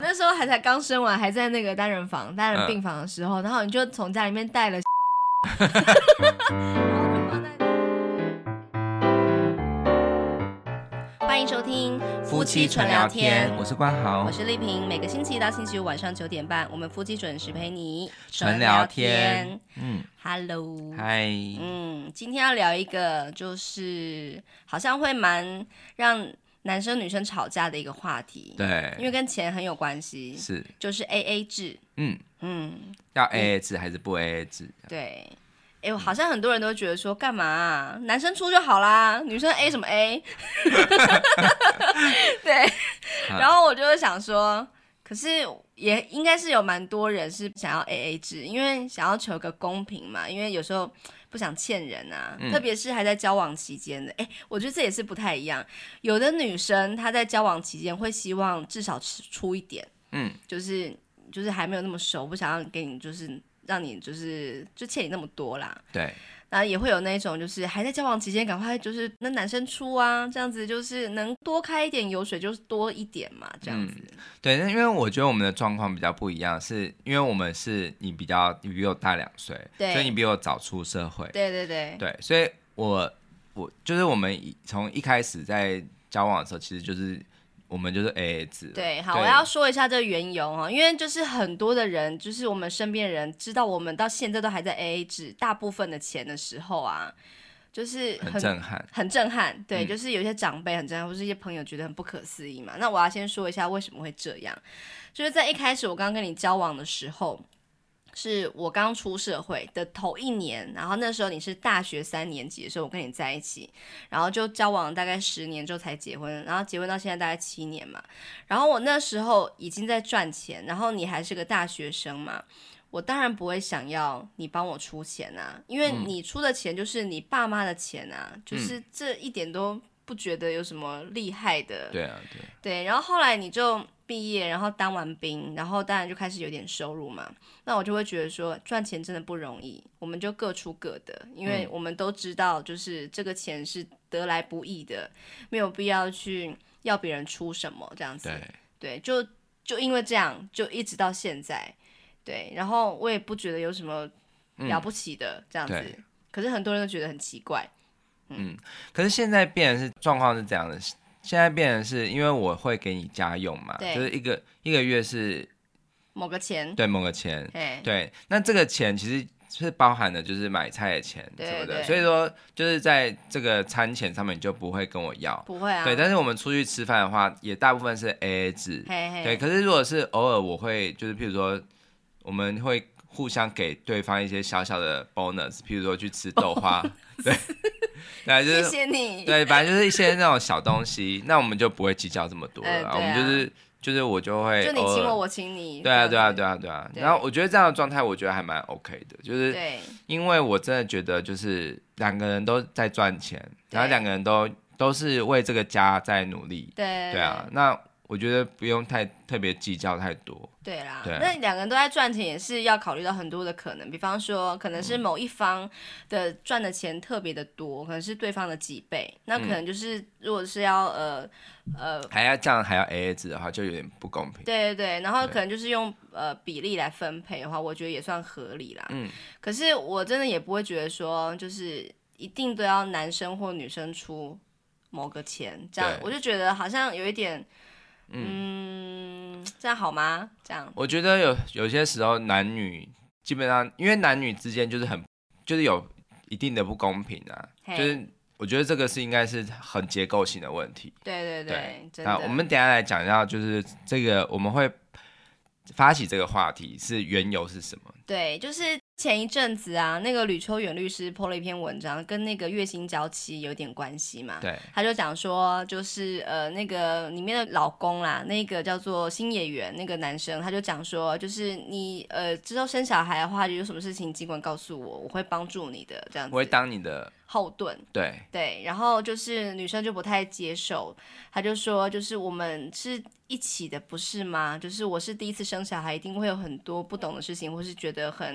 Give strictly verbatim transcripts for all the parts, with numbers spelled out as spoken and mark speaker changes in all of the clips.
Speaker 1: 那时候还才刚生完，还在那个单人房、单人病房的时候，嗯、然后你就从家里面带了，然后就放在。欢迎收听
Speaker 2: 夫妻纯聊天，我是冠豪，
Speaker 1: 我是丽萍。每个星期一到星期五晚上九点半，我们夫妻准时陪你
Speaker 2: 纯聊天。
Speaker 1: 嗯 ，Hello，
Speaker 2: 嗨，
Speaker 1: 嗯，今天要聊一个就是好像会蛮让男生女生吵架的一个话题，
Speaker 2: 对，
Speaker 1: 因为跟钱很有关系，
Speaker 2: 是，
Speaker 1: 就是 A A 制，嗯嗯，
Speaker 2: 要 A A 制还是不 A A 制？对。
Speaker 1: 哎，好像很多人都觉得说，干嘛、啊、男生出就好啦，女生 A 什么 A？ 对，然后我就会想说，可是也应该是有蛮多人是想要 A A 制，因为想要求个公平嘛，因为有时候不想欠人啊，嗯、特别是还在交往期间的。哎，我觉得这也是不太一样。有的女生她在交往期间会希望至少出一点，嗯，就是就是还没有那么熟，不想要给你就是。让你就是就欠你那么多啦，
Speaker 2: 对，
Speaker 1: 然后也会有那种就是还在交往期间赶快就是那男生出啊，这样子就是能多开一点油水就是多一点嘛，这样子、嗯、
Speaker 2: 对，因为我觉得我们的状况比较不一样，是因为我们是你比较你比我大两岁，所以你比我早出社会，
Speaker 1: 对对对
Speaker 2: 对，所以我我就是我们从一开始在交往的时候其实就是我们就是 A A 制。
Speaker 1: 对，好，我要说一下这个缘由哈，因为就是很多的人，就是我们身边人知道我们到现在都还在 A A 制，大部分的钱的时候啊，就是很,
Speaker 2: 很震撼，
Speaker 1: 很震撼。对、嗯，就是有些长辈很震撼，或是一些朋友觉得很不可思议嘛。那我要先说一下为什么会这样，就是在一开始我刚跟你交往的时候。是我刚出社会的头一年，然后那时候你是大学三年级的时候，我跟你在一起，然后就交往大概十年之后才结婚，然后结婚到现在大概七年嘛。然后我那时候已经在赚钱，然后你还是个大学生嘛，我当然不会想要你帮我出钱啊，因为你出的钱就是你爸妈的钱啊，嗯、就是这一点都不觉得有什么厉害的。
Speaker 2: 对啊，对。
Speaker 1: 对，然后后来你就毕业，然后当完兵，然后当然就开始有点收入嘛。那我就会觉得说，赚钱真的不容易，我们就各出各的，因为我们都知道，就是这个钱是得来不易的，没有必要去要别人出什么这样子。对，对，就就因为这样，就一直到现在。对，然后我也不觉得有什么了不起的、嗯、这样子，可是很多人都觉得很奇怪。
Speaker 2: 嗯，嗯可是现在变成是状况是这样的。现在变成是因为我会给你家用嘛，就是一个一个月是
Speaker 1: 某个钱，
Speaker 2: 对某个钱，对，那这个钱其实是包含的就是买菜的钱什么的，所以说就是在这个餐钱上面你就不会跟我要，
Speaker 1: 不会啊，
Speaker 2: 对，但是我们出去吃饭的话，也大部分是 A A 制，
Speaker 1: 嘿嘿对，
Speaker 2: 可是如果是偶尔我会就是譬如说我们会互相给对方一些小小的 bonus， 譬如说去吃豆花，对。对，就是、
Speaker 1: 谢谢你。
Speaker 2: 对，反正就是一些那种小东西，那我们就不会计较这么多了、呃啊。我们就是就是我就会，
Speaker 1: 就你请我，我请你。
Speaker 2: 对啊，对啊，对啊，对啊。对然后我觉得这样的状态，我觉得还蛮 OK 的，就是因为我真的觉得就是两个人都在赚钱，然后两个人都都是为这个家在努力。
Speaker 1: 对，
Speaker 2: 对啊，那我觉得不用太特别计较太多。
Speaker 1: 对啦，对，那两个人都在赚钱，也是要考虑到很多的可能，比方说，可能是某一方的赚的钱特别的多，可能是对方的几倍，那可能就是、嗯、如果是要呃呃
Speaker 2: 还要这样还要 A A 制的话，就有点不公平。
Speaker 1: 对对对，然后可能就是用呃比例来分配的话，我觉得也算合理啦。嗯，可是我真的也不会觉得说，就是一定都要男生或女生出某个钱，这样我就觉得好像有一点。嗯，这样好吗？这样，
Speaker 2: 我觉得有有些时候男女基本上，因为男女之间就是很就是有一定的不公平啊，就是我觉得这个是应该是很结构性的问题。
Speaker 1: 对对 对, 对真
Speaker 2: 的。那我们等一下来讲一下，就是这个我们会发起这个话题是缘由是什么？
Speaker 1: 对，就是前一阵子啊，那个吕秋远律师 po 了一篇文章，跟那个月薪娇妻有点关系嘛。
Speaker 2: 对，
Speaker 1: 他就讲说，就是呃那个里面的老公啦，那个叫做新演员那个男生，他就讲说，就是你呃之后生小孩的话，有什么事情尽管告诉我，我会帮助你的，这样子。
Speaker 2: 我会当你的
Speaker 1: 后盾。
Speaker 2: 对
Speaker 1: 对，然后就是女生就不太接受，他就说，就是我们是一起的，不是吗？就是我是第一次生小孩，一定会有很多不懂的事情，或是觉得很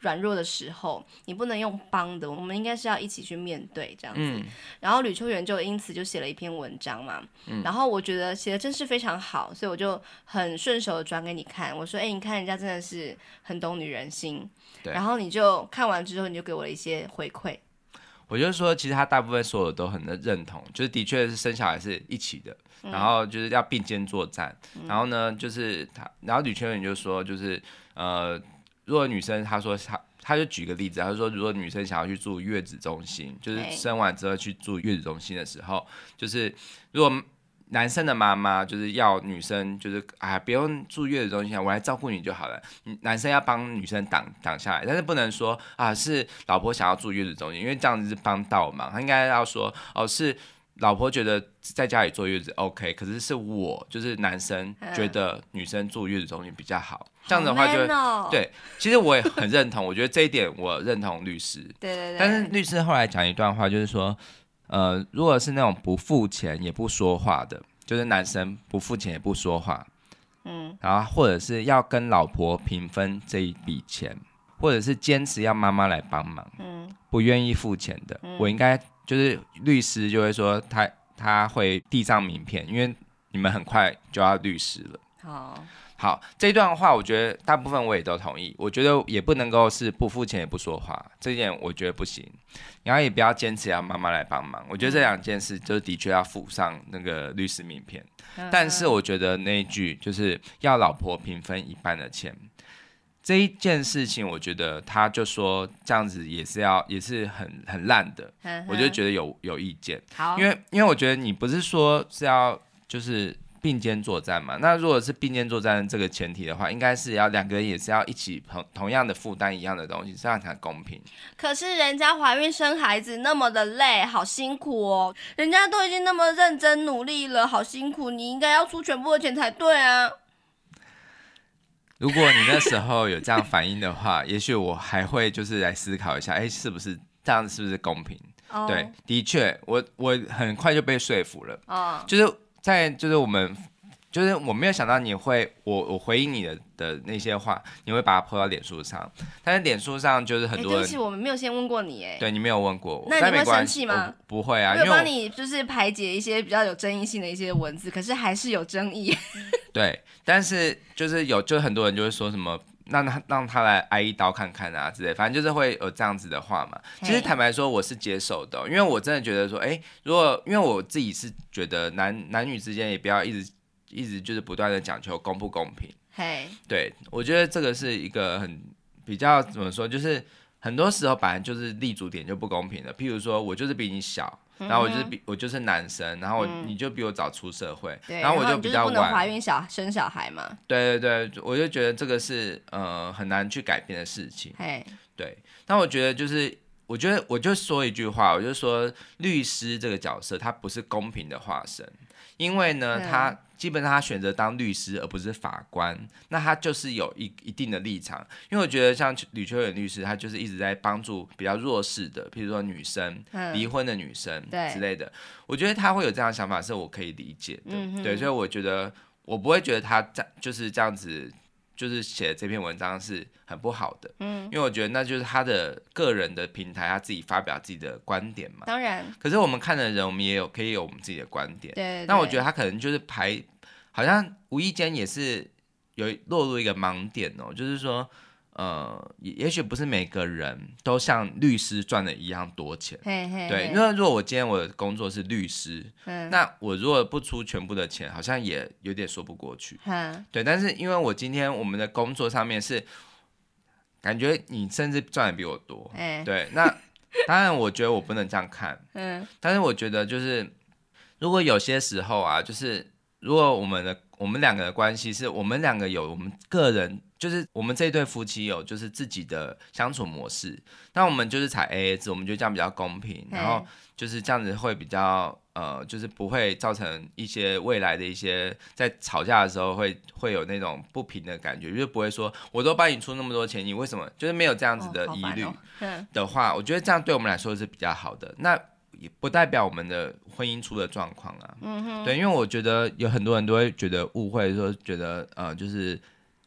Speaker 1: 软弱的时候，你不能用帮的，我们应该是要一起去面对这样子。
Speaker 2: 嗯、
Speaker 1: 然后吕秋远就因此就写了一篇文章嘛，嗯、然后我觉得写的真是非常好，所以我就很顺手的转给你看，我说哎、欸，你看人家真的是很懂女人心，然后你就看完之后你就给我了一些回馈。
Speaker 2: 我就说其实他大部分所有都很认同，就是的确是生小孩是一起的，嗯、然后就是要并肩作战，嗯、然后呢就是他，然后吕秋远就说就是呃如果女生他说他他就举个例子，他就说如果女生想要去住月子中心，就是生完之后去住月子中心的时候，就是如果男生的妈妈就是要女生就是啊不用住月子中心，我来照顾你就好了，男生要帮女生挡挡下来，但是不能说啊是老婆想要住月子中心，因为这样子是帮倒忙，他应该要说哦是老婆觉得在家里坐月子 OK， 可是是我就是男生觉得女生住月子中心比较好，这样子的话就会、
Speaker 1: 哦、
Speaker 2: 对，其实我也很认同，我觉得这一点我认同律师，
Speaker 1: 对对对，
Speaker 2: 但是律师后来讲一段话，就是说，呃，如果是那种不付钱也不说话的，就是男生不付钱也不说话，嗯，然后或者是要跟老婆平分这一笔钱，或者是坚持要妈妈来帮忙，嗯，不愿意付钱的，嗯、我应该就是律师就会说他他会递上名片，因为你们很快就要律师了，
Speaker 1: 好。
Speaker 2: 好，这一段话我觉得大部分我也都同意，我觉得也不能够是不付钱也不说话，这一点我觉得不行，然后也不要坚持要妈妈来帮忙，我觉得这两件事就是的确要附上那个律师名片，嗯、但是我觉得那一句就是要老婆平分一半的钱，这一件事情我觉得他就说这样子也是要也是很很烂的，嗯、我就觉得有有意见，
Speaker 1: 好，
Speaker 2: 因为因为我觉得你不是说是要就是并肩作战嘛，那如果是并肩作战这个前提的话，应该是要两个人也是要一起同同样的负担一样的东西，这样才公平。
Speaker 1: 可是人家怀孕生孩子那么的累，好辛苦哦，人家都已经那么认真努力了，好辛苦，你应该要出全部的钱才对啊。
Speaker 2: 如果你那时候有这样反应的话，也许我还会就是来思考一下，哎，是不是这样子是不是公平？哦、对，的确，我我很快就被说服了，哦、就是。在就是我们就是我没有想到你会我我回应你的的那些话，你会把它 po 到脸书上，但是脸书上就是很多人，
Speaker 1: 欸、对不起，我们没有先问过你哎，
Speaker 2: 对你没有问过我，
Speaker 1: 那你会生气吗？
Speaker 2: 不会啊，
Speaker 1: 我有帮你就是排解一些比较有争议性的一些文字，可是还是有争议。
Speaker 2: 对，但是就是有就很多人就会说什么。让他让他来挨一刀看看啊之类，反正就是会有这样子的话嘛。其实坦白说，我是接受的、哦，因为我真的觉得说，哎，如果因为我自己是觉得男男女之间也不要一直一直就是不断的讲求公不公平。
Speaker 1: 嘿，
Speaker 2: 对，我觉得这个是一个很比较怎么说，就是很多时候本来就是立足点就不公平的。譬如说我就是比你小。然后我就是比我就是男生，然后我、嗯、你就比我早出社会，然后我就比较晚，
Speaker 1: 然后你就是不能怀孕小生小孩嘛。
Speaker 2: 对对对，我就觉得这个是呃很难去改变的事情。
Speaker 1: 嘿，
Speaker 2: 对，但我觉得就是我觉得我就说一句话，我就说律师这个角色他不是公平的化身，因为呢、嗯、他基本上他选择当律师而不是法官，那他就是有 一, 一定的立场。因为我觉得像吕秋远律师，他就是一直在帮助比较弱势的，譬如说女生、嗯、离婚的女生之类的。我觉得他会有这样的想法是我可以理解的，嗯、对，所以我觉得我不会觉得他就是这样子。就是写这篇文章是很不好的，嗯，因为我觉得那就是他的个人的平台，他自己发表自己的观点嘛。
Speaker 1: 当然，
Speaker 2: 可是我们看的人，我们也有可以有我们自己的观点。
Speaker 1: 对, 对。
Speaker 2: 那我觉得他可能就是排，好像无意间也是有落入一个盲点哦，就是说，呃，也许不是每个人都像律师赚的一样多钱。
Speaker 1: 嘿嘿嘿
Speaker 2: 对，因为如果我今天我的工作是律师，嗯、那我如果不出全部的钱，好像也有点说不过去。
Speaker 1: 嗯、
Speaker 2: 对，但是因为我今天我们的工作上面是，感觉你甚至赚的比我多。
Speaker 1: 欸、
Speaker 2: 对，那当然我觉得我不能这样看。嗯，但是我觉得就是如果有些时候啊，就是如果我们的我们两个的关系是我们两个有我们个人。就是我们这一对夫妻有就是自己的相处模式，那我们就是采 A A 制，我们觉得这样比较公平，然后就是这样子会比较呃，就是不会造成一些未来的一些在吵架的时候会会有那种不平的感觉，就是不会说我都帮你出那么多钱，你为什么就是没有这样子的疑虑的话，哦哦、我觉得这样对我们来说是比较好的。那也不代表我们的婚姻出了状况啊，嗯哼，对，因为我觉得有很多人都会觉得误会，说觉得呃就是。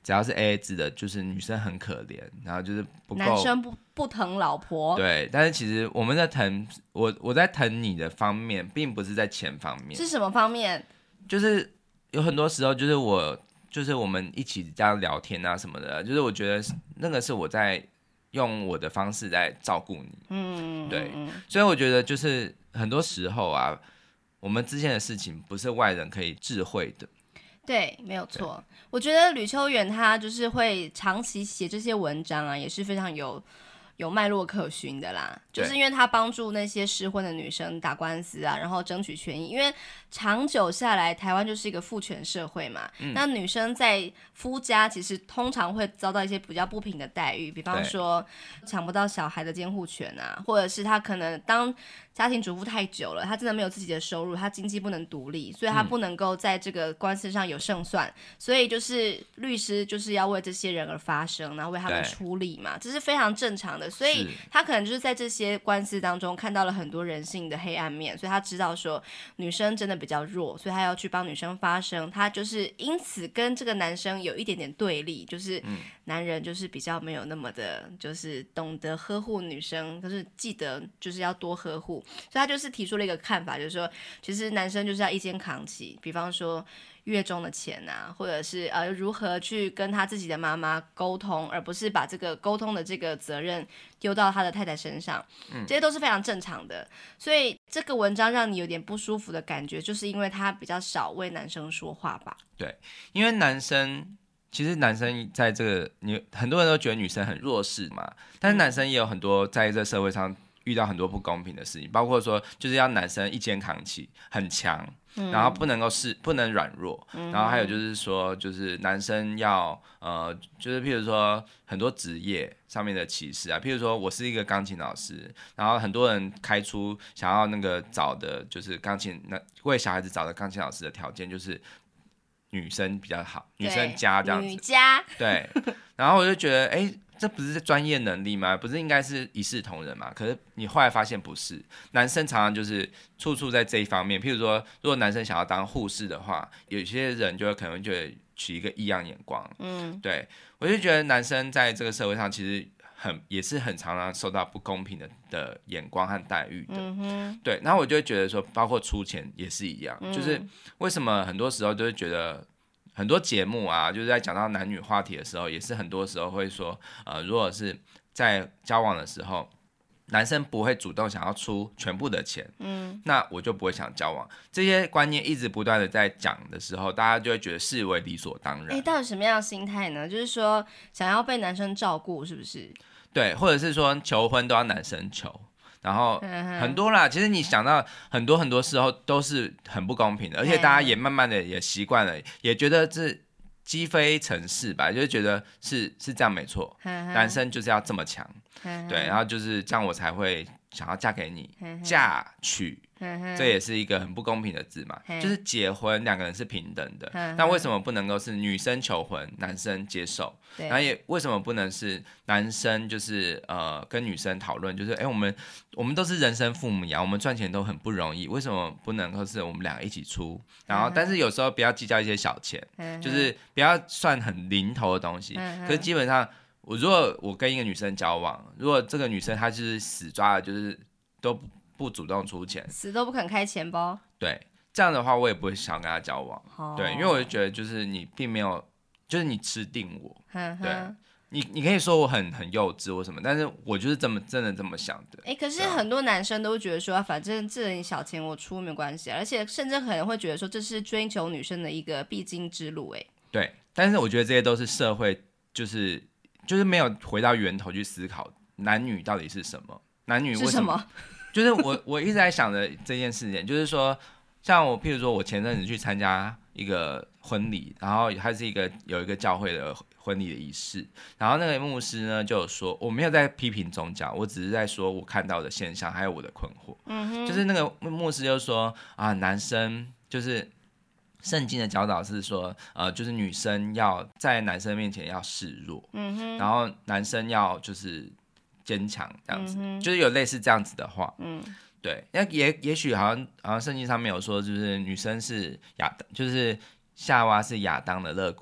Speaker 2: 只要是 A A 制的，就是女生很可怜，然后就是不够
Speaker 1: 男生不不疼老婆。
Speaker 2: 对，但是其实我们在疼我我在疼你的方面，并不是在钱方面。
Speaker 1: 是什么方面？
Speaker 2: 就是有很多时候，就是我就是我们一起这样聊天啊什么的，就是我觉得那个是我在用我的方式在照顾你。嗯，对，所以我觉得就是很多时候啊，我们之间的事情不是外人可以智慧的。
Speaker 1: 对，没有错。我觉得吕秋远他就是会长期写这些文章啊，也是非常有有脉络可循的啦。就是因为他帮助那些失婚的女生打官司啊，然后争取权益。因为长久下来，台湾就是一个父权社会嘛，嗯、那女生在夫家其实通常会遭到一些比较不平的待遇，比方说抢不到小孩的监护权啊，或者是她可能当家庭主妇太久了，她真的没有自己的收入，她经济不能独立，所以她不能够在这个官司上有胜算，嗯、所以就是律师就是要为这些人而发声，然后为他们出力嘛，这是非常正常的。所以她可能就是在这些官司当中看到了很多人性的黑暗面，所以她知道说女生真的比较弱，所以她要去帮女生发声。她就是因此跟这个男生有一点点对立，就是男人就是比较没有那么的，就是懂得呵护女生，可是记得就是要多呵护。所以他就是提出了一个看法，就是说其实男生就是要一肩扛起，比方说月中的钱啊，或者是呃如何去跟他自己的妈妈沟通，而不是把这个沟通的这个责任丢到他的太太身上，这些都是非常正常的。所以这个文章让你有点不舒服的感觉，就是因为他比较少为男生说话吧。
Speaker 2: 对，因为男生其实男生在这个你很多人都觉得女生很弱势嘛，但是男生也有很多在这社会上遇到很多不公平的事情，包括说就是要男生一肩扛起，很强，嗯、然后不能够是不能软弱，嗯、然后还有就是说，就是男生要呃，就是譬如说很多职业上面的歧视啊，譬如说我是一个钢琴老师，然后很多人开出想要那个找的就是钢琴那为小孩子找的钢琴老师的条件就是女生比较好，女生家这样子，
Speaker 1: 女家
Speaker 2: 对，然后我就觉得哎。欸这不是专业能力吗？不是应该是一视同仁吗？可是你后来发现不是，男生常常就是处处在这一方面。譬如说，如果男生想要当护士的话，有些人就会可能就会取一个异样眼光。嗯，对，我就觉得男生在这个社会上其实很也是很常常受到不公平的的眼光和待遇的。嗯哼，对，然后我就会觉得说，包括出钱也是一样，嗯、就是为什么很多时候就会觉得。很多节目啊，就是在讲到男女话题的时候，也是很多时候会说，呃，如果是在交往的时候，男生不会主动想要出全部的钱，嗯，那我就不会想交往。这些观念一直不断的在讲的时候，大家就会觉得视为理所当然。
Speaker 1: 哎，到底什么样的心态呢？就是说想要被男生照顾，是不是？
Speaker 2: 对，或者是说求婚都要男生求。然后很多啦，其实你想到很多很多时候都是很不公平的，而且大家也慢慢的也习惯了，也觉得这积非成是吧，就是觉得是是这样没错，男生就是要这么强，对，然后就是这样我才会想要嫁给你，嫁娶。这也是一个很不公平的字嘛，就是结婚两个人是平等的，那为什么不能够是女生求婚，男生接受？然后也为什么不能是男生就是呃跟女生讨论，就是哎、欸、我们我们都是人生父母呀，我们赚钱都很不容易，为什么不能够是我们两个一起出？然后但是有时候不要计较一些小钱，就是不要算很零头的东西，可是基本上我如果我跟一个女生交往，如果这个女生她就是死抓的，就是都不。不主动出钱，
Speaker 1: 死都不肯开钱包。
Speaker 2: 对，这样的话我也不会想跟他交往。Oh. 对，因为我就觉得就是你并没有，就是你吃定我。对，你你可以说我很很幼稚或什么，但是我就是这么真的这么想的。
Speaker 1: 哎、欸，可是很多男生都觉得说，反正这点小钱我出没关系，而且甚至可能会觉得说这是追求女生的一个必经之路。哎，
Speaker 2: 对，但是我觉得这些都是社会，就是就是没有回到源头去思考男女到底是什么，男女为什么？
Speaker 1: 是什么
Speaker 2: 就是我我一直在想的这件事情，就是说，像我譬如说我前阵子去参加一个婚礼，然后它是一个有一个教会的婚礼的仪式，然后那个牧师呢就有说，我没有在批评宗教，我只是在说我看到的现象还有我的困惑。嗯哼，就是那个牧师就说啊，男生就是圣经的教导是说，呃，就是女生要在男生面前要示弱，嗯哼，然后男生要就是。坚强这样子、嗯，就是有类似这样子的话，嗯，对，那也也许好像好像圣经上面有说，就是女生是亚，就是夏娃是亚当的肋骨，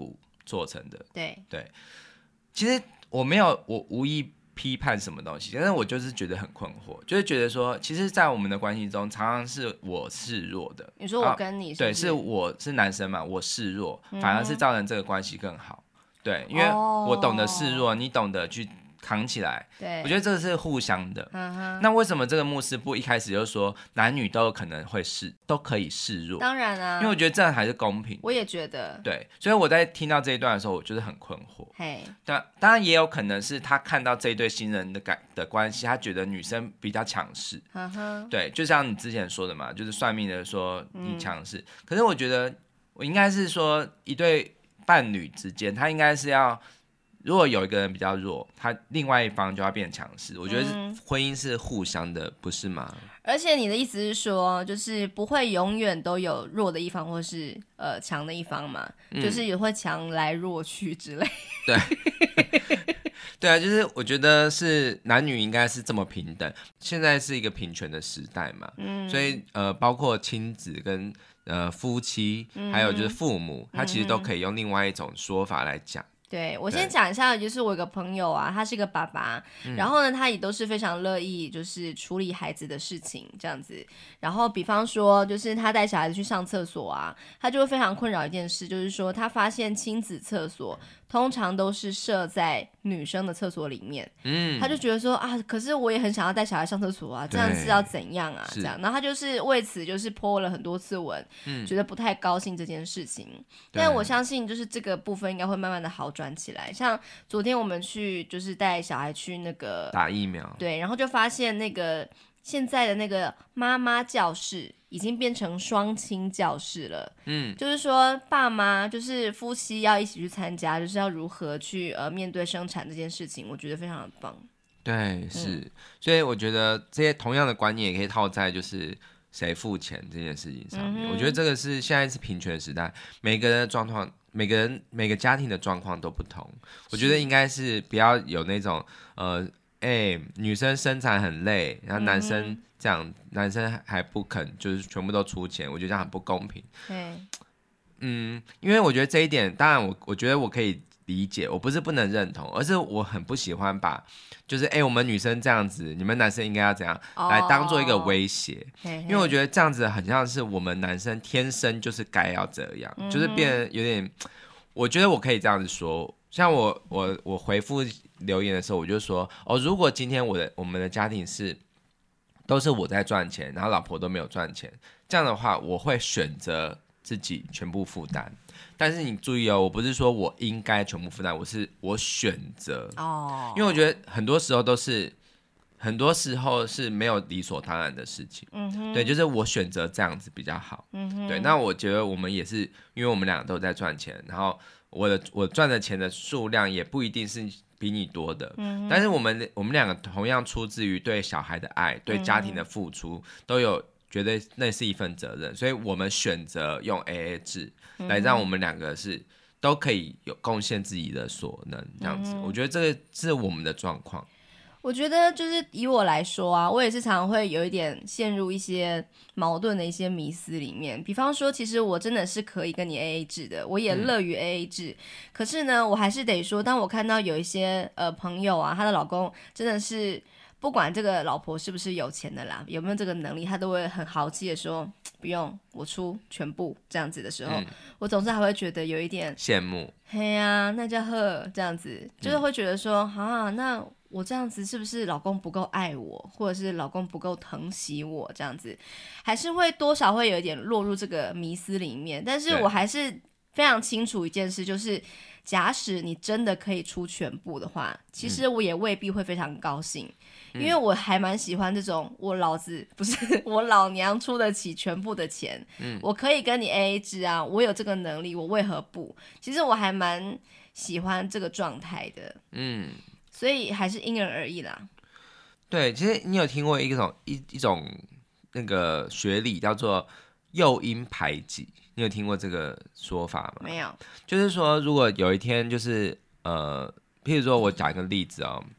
Speaker 2: 做成的。
Speaker 1: 对
Speaker 2: 对，其实我没有，我无意批判什么东西，但是我就是觉得很困惑，就是觉得说，其实，在我们的关系中，常常是我示弱的。
Speaker 1: 你说我跟你是不是、
Speaker 2: 啊、对，是我是男生嘛，我示弱，反而是造成这个关系更好。对，因为我懂得示弱，哦、你懂得去扛起来，
Speaker 1: 对，
Speaker 2: 我觉得这个是互相的。嗯、那为什么这个牧师不一开始就说男女都有可能会示，都可以示弱？
Speaker 1: 当然啊，
Speaker 2: 因为我觉得这样还是公平。
Speaker 1: 我也觉得。
Speaker 2: 对，所以我在听到这一段的时候，我就是很困惑。
Speaker 1: 嘿，
Speaker 2: 但当然也有可能是他看到这一对新人的感的关系，他觉得女生比较强势。嗯哼，对，就像你之前说的嘛，就是算命的说你强势、嗯。可是我觉得我应该是说一对伴侣之间，他应该是要。如果有一个人比较弱，他另外一方就要变强势。我觉得婚姻是互相的，不是吗？
Speaker 1: 而且你的意思是说，就是不会永远都有弱的一方，或是呃强的一方嘛、嗯？就是也会强来弱去之类。
Speaker 2: 对，对啊，就是我觉得是男女应该是这么平等。现在是一个平权的时代嘛，嗯，所以呃，包括亲子跟呃夫妻，还有就是父母，他其实都可以用另外一种说法来讲。
Speaker 1: 对，我先讲一下，就是我有个朋友啊，他是个爸爸、嗯，然后呢，他也都是非常乐意，就是处理孩子的事情这样子。然后，比方说，就是他带小孩子去上厕所啊，他就会非常困扰一件事，就是说他发现亲子厕所通常都是设在女生的厕所里面，嗯，他就觉得说啊，可是我也很想要带小孩上厕所啊，这样是要怎样啊？这样，然后他就是为此就是 po 了很多次文、嗯，觉得不太高兴这件事情。但我相信，就是这个部分应该会慢慢的好转起来。像昨天我们去就是带小孩去那个
Speaker 2: 打疫苗，
Speaker 1: 对，然后就发现那个现在的那个妈妈教室已经变成双亲教室了，嗯，就是说爸妈就是夫妻要一起去参加，就是要如何去呃面对生产这件事情，我觉得非常的棒。
Speaker 2: 对，是、嗯，所以我觉得这些同样的观念也可以套在就是谁付钱这件事情上面、嗯。我觉得这个是现在是平权时代，每个人的状况。每个人每个家庭的状况都不同，我觉得应该是不要有那种呃，哎、欸，女生生产很累，然后男生这样，嗯、男生还不肯就是全部都出钱，我觉得这样很不公平。对，嗯，因为我觉得这一点，当然我我觉得我可以理解，我不是不能认同，而是我很不喜欢把就是哎、欸，我们女生这样子，你们男生应该要怎样、oh, 来当做一个威胁，因为我觉得这样子很像是我们男生天生就是该要这样，嗯、就是变得有点，我觉得我可以这样子说，像我我我回复留言的时候，我就说哦，如果今天我的我们的家庭是都是我在赚钱，然后老婆都没有赚钱，这样的话，我会选择自己全部负担。但是你注意哦，我不是说我应该全部负担，我是我选择哦，因为我觉得很多时候都是，很多时候是没有理所当然的事情，嗯哼，对，就是我选择这样子比较好，嗯哼，对，那我觉得我们也是，因为我们两个都在赚钱，然后我的我赚的钱的数量也不一定是比你多的，嗯，但是我们我们两个同样出自于对小孩的爱，对家庭的付出，嗯、都有觉得那是一份责任，所以我们选择用 A A 制。来让我们两个是都可以有贡献自己的所能，这样子、嗯，我觉得这个是我们的状况。
Speaker 1: 我觉得就是以我来说啊，我也是常常会有一点陷入一些矛盾的一些迷思里面。比方说，其实我真的是可以跟你 A A 制的，我也乐于 A A 制、嗯。可是呢，我还是得说，当我看到有一些呃朋友啊，她的老公真的是。不管这个老婆是不是有钱的啦，有没有这个能力，他都会很豪气的说不用我出全部这样子的时候、嗯、我总是还会觉得有一点
Speaker 2: 羡慕，
Speaker 1: 嘿呀、啊、那叫呵这样子，就是会觉得说、嗯、啊那我这样子是不是老公不够爱我，或者是老公不够疼惜我，这样子还是会多少会有一点落入这个迷思里面。但是我还是非常清楚一件事，就是假使你真的可以出全部的话，其实我也未必会非常高兴、嗯、因为我还蛮喜欢这种我老子不是我老娘出得起全部的钱、嗯、我可以跟你 A A 制啊，我有这个能力，我为何不？其实我还蛮喜欢这个状态的，嗯，所以还是因人而异啦。
Speaker 2: 对，其实你有听过一种 一, 一种那个学理叫做诱因排挤，你有听过这个说法吗？
Speaker 1: 没有。就是
Speaker 2: 说如果有一天就是呃譬如说我讲一个例子哦，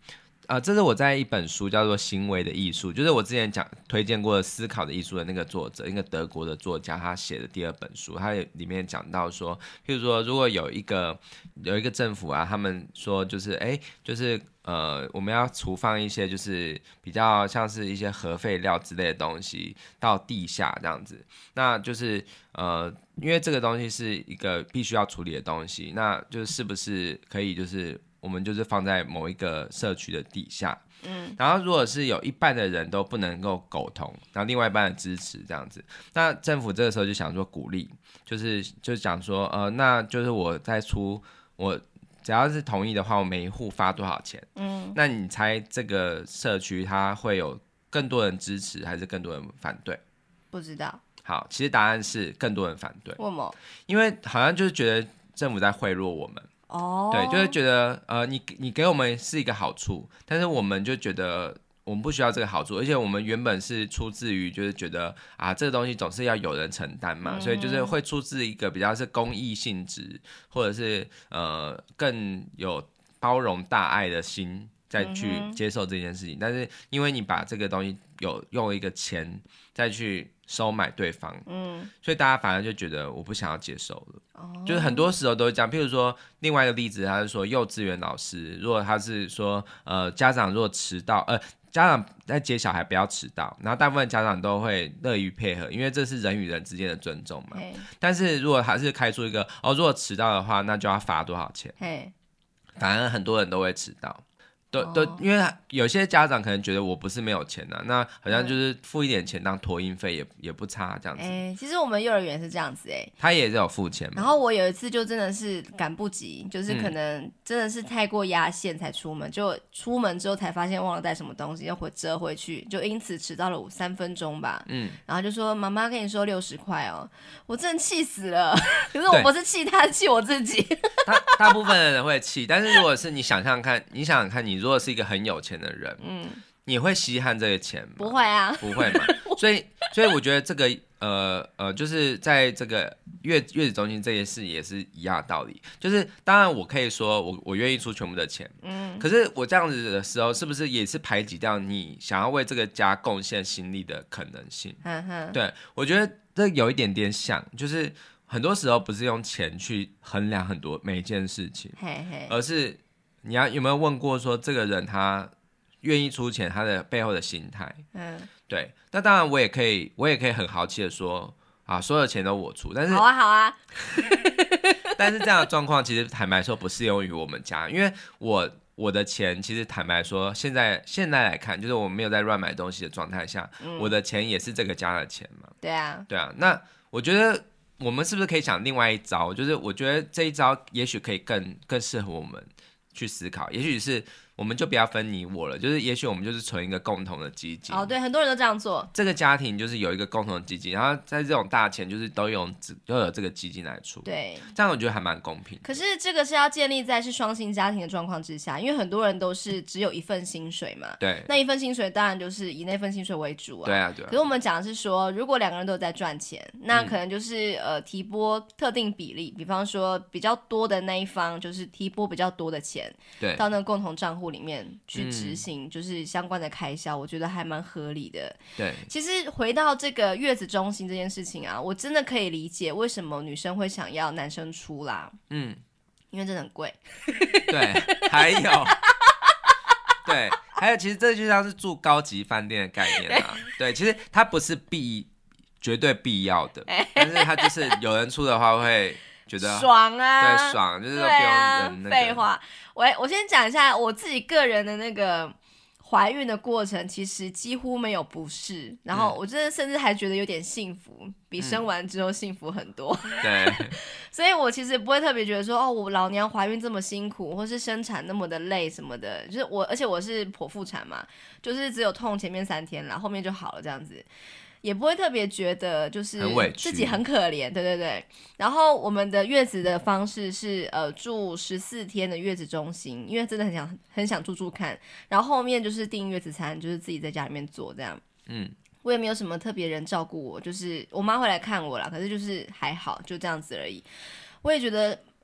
Speaker 2: 呃，这是我在一本书叫做《行为的艺术》，就是我之前讲推荐过的《思考的艺术》的那个作者，一个德国的作家，他写的第二本书，他也里面讲到说，譬如说，如果有一个有一个政府啊，他们说就是，哎，就是呃，我们要储放一些就是比较像是一些核废料之类的东西到地下这样子，那就是呃，因为这个东西是一个必须要处理的东西，那就是是不是可以就是我们就是放在某一个社区的底下，嗯，然后如果是有一半的人都不能够苟同，然后另外一半的支持这样子，那政府这个时候就想说鼓励，就是就讲说，呃，那就是我在出我只要是同意的话，我每一户发多少钱，嗯，那你猜这个社区它会有更多人支持还是更多人反对？
Speaker 1: 不知道。
Speaker 2: 好，其实答案是更多人反对。
Speaker 1: 为什么？
Speaker 2: 因为好像就是觉得政府在贿赂我们。
Speaker 1: 哦，
Speaker 2: 对，就是觉得呃，你你给我们是一个好处，但是我们就觉得我们不需要这个好处，而且我们原本是出自于就是觉得啊，这个东西总是要有人承担嘛，嗯、所以就是会出自一个比较是公益性质，或者是呃更有包容大爱的心再去接受这件事情。嗯、但是因为你把这个东西有用一个钱再去收买对方，嗯，所以大家反而就觉得我不想要接受了。哦、就是很多时候都是这样，譬如说另外一个例子，他是说幼稚园老师，如果他是说呃家长如果迟到，呃家长在接小孩不要迟到，然后大部分家长都会乐于配合，因为这是人与人之间的尊重嘛。但是如果他是开出一个哦，如果迟到的话，那就要罚多少钱？反而很多人都会迟到。都都，因为有些家长可能觉得我不是没有钱啊，那好像就是付一点钱当托婴费也也不差这样子。
Speaker 1: 哎、欸，其实我们幼儿园是这样子哎、欸，
Speaker 2: 他也是有付钱嘛。
Speaker 1: 然后我有一次就真的是赶不及，就是可能真的是太过压线才出门，嗯、就出门之后才发现忘了带什么东西，要回折回去，就因此迟到了三分钟吧。嗯，然后就说妈妈跟你说六十块哦，我真的气死了。可是我不是气他，是气我自己。
Speaker 2: 大大部分的人会气，但是如果是你想象看，你想想看，你如果是一个很有钱的人，嗯，你会稀罕这个钱吗？
Speaker 1: 不会啊，
Speaker 2: 不会嘛。所以，所以我觉得这个，呃呃，就是在这个月月子中心这件事也是一样的道理。就是当然，我可以说我我愿意出全部的钱，嗯，可是我这样子的时候，是不是也是排挤掉你想要为这个家贡献心力的可能性？嗯哼，对，我觉得这有一点点像，就是很多时候不是用钱去衡量很多每一件事情，嘿嘿，而是你要有没有问过说这个人他愿意出钱，他的背后的心态，嗯，对。那当然我也可以，我也可以很豪气的说啊，所有的钱都我出，但是
Speaker 1: 好啊好啊，
Speaker 2: 但是这样的状况其实坦白说不适用于我们家，因为我我的钱其实坦白说，现在现在来看，就是我没有在乱买东西的状态下，嗯、我的钱也是这个家的钱嘛，
Speaker 1: 对啊，
Speaker 2: 对啊。那我觉得我们是不是可以想另外一招？就是我觉得这一招也许可以更更适合我们去思考，也许是我们就不要分你我了，就是也许我们就是存一个共同的基金。
Speaker 1: 哦，对，很多人都这样做。
Speaker 2: 这个家庭就是有一个共同的基金，然后在这种大钱就是都用都有这个基金来出。
Speaker 1: 对，
Speaker 2: 这样我觉得还蛮公平。
Speaker 1: 可是这个是要建立在是双薪家庭的状况之下，因为很多人都是只有一份薪水嘛。
Speaker 2: 对。
Speaker 1: 那一份薪水当然就是以那份薪水为主啊。
Speaker 2: 对啊，对啊。
Speaker 1: 可是我们讲的是说，如果两个人都有在赚钱，那可能就是、嗯、呃提拨特定比例，比方说比较多的那一方就是提拨比较多的钱，
Speaker 2: 对，
Speaker 1: 到那个共同账户里面去执行，就是相关的开销，嗯、我觉得还蛮合理的。
Speaker 2: 对，
Speaker 1: 其实回到这个月子中心这件事情啊，我真的可以理解为什么女生会想要男生出啦。嗯，因为真的很贵。
Speaker 2: 对，还有，对，还有，其实这就像是住高级饭店的概念啊。对，其实它不是必绝对必要的，但是它就是有人出的话会觉得
Speaker 1: 爽啊，
Speaker 2: 对，爽，就是说不用人那个。
Speaker 1: 废话，我我先讲一下我自己个人的那个怀孕的过程，其实几乎没有不适，然后我真的甚至还觉得有点幸福，比生完之后幸福很多。
Speaker 2: 嗯、对，
Speaker 1: 所以我其实不会特别觉得说，哦，我老娘怀孕这么辛苦，或是生产那么的累什么的，就是我，而且我是剖腹产嘛，就是只有痛前面三天啦，后面就好了这样子。也不会特别觉得就是自己很可怜，对对对。然后我们的月子的方式是呃住十四天的月子中心，因为真的很想很想住住看。然后后面就是订月子餐，就是自己在家里面做这样。嗯，我也没有什么特别人照顾我，就是我妈会来看我啦，可是就是还好，就这样子而已。我也觉得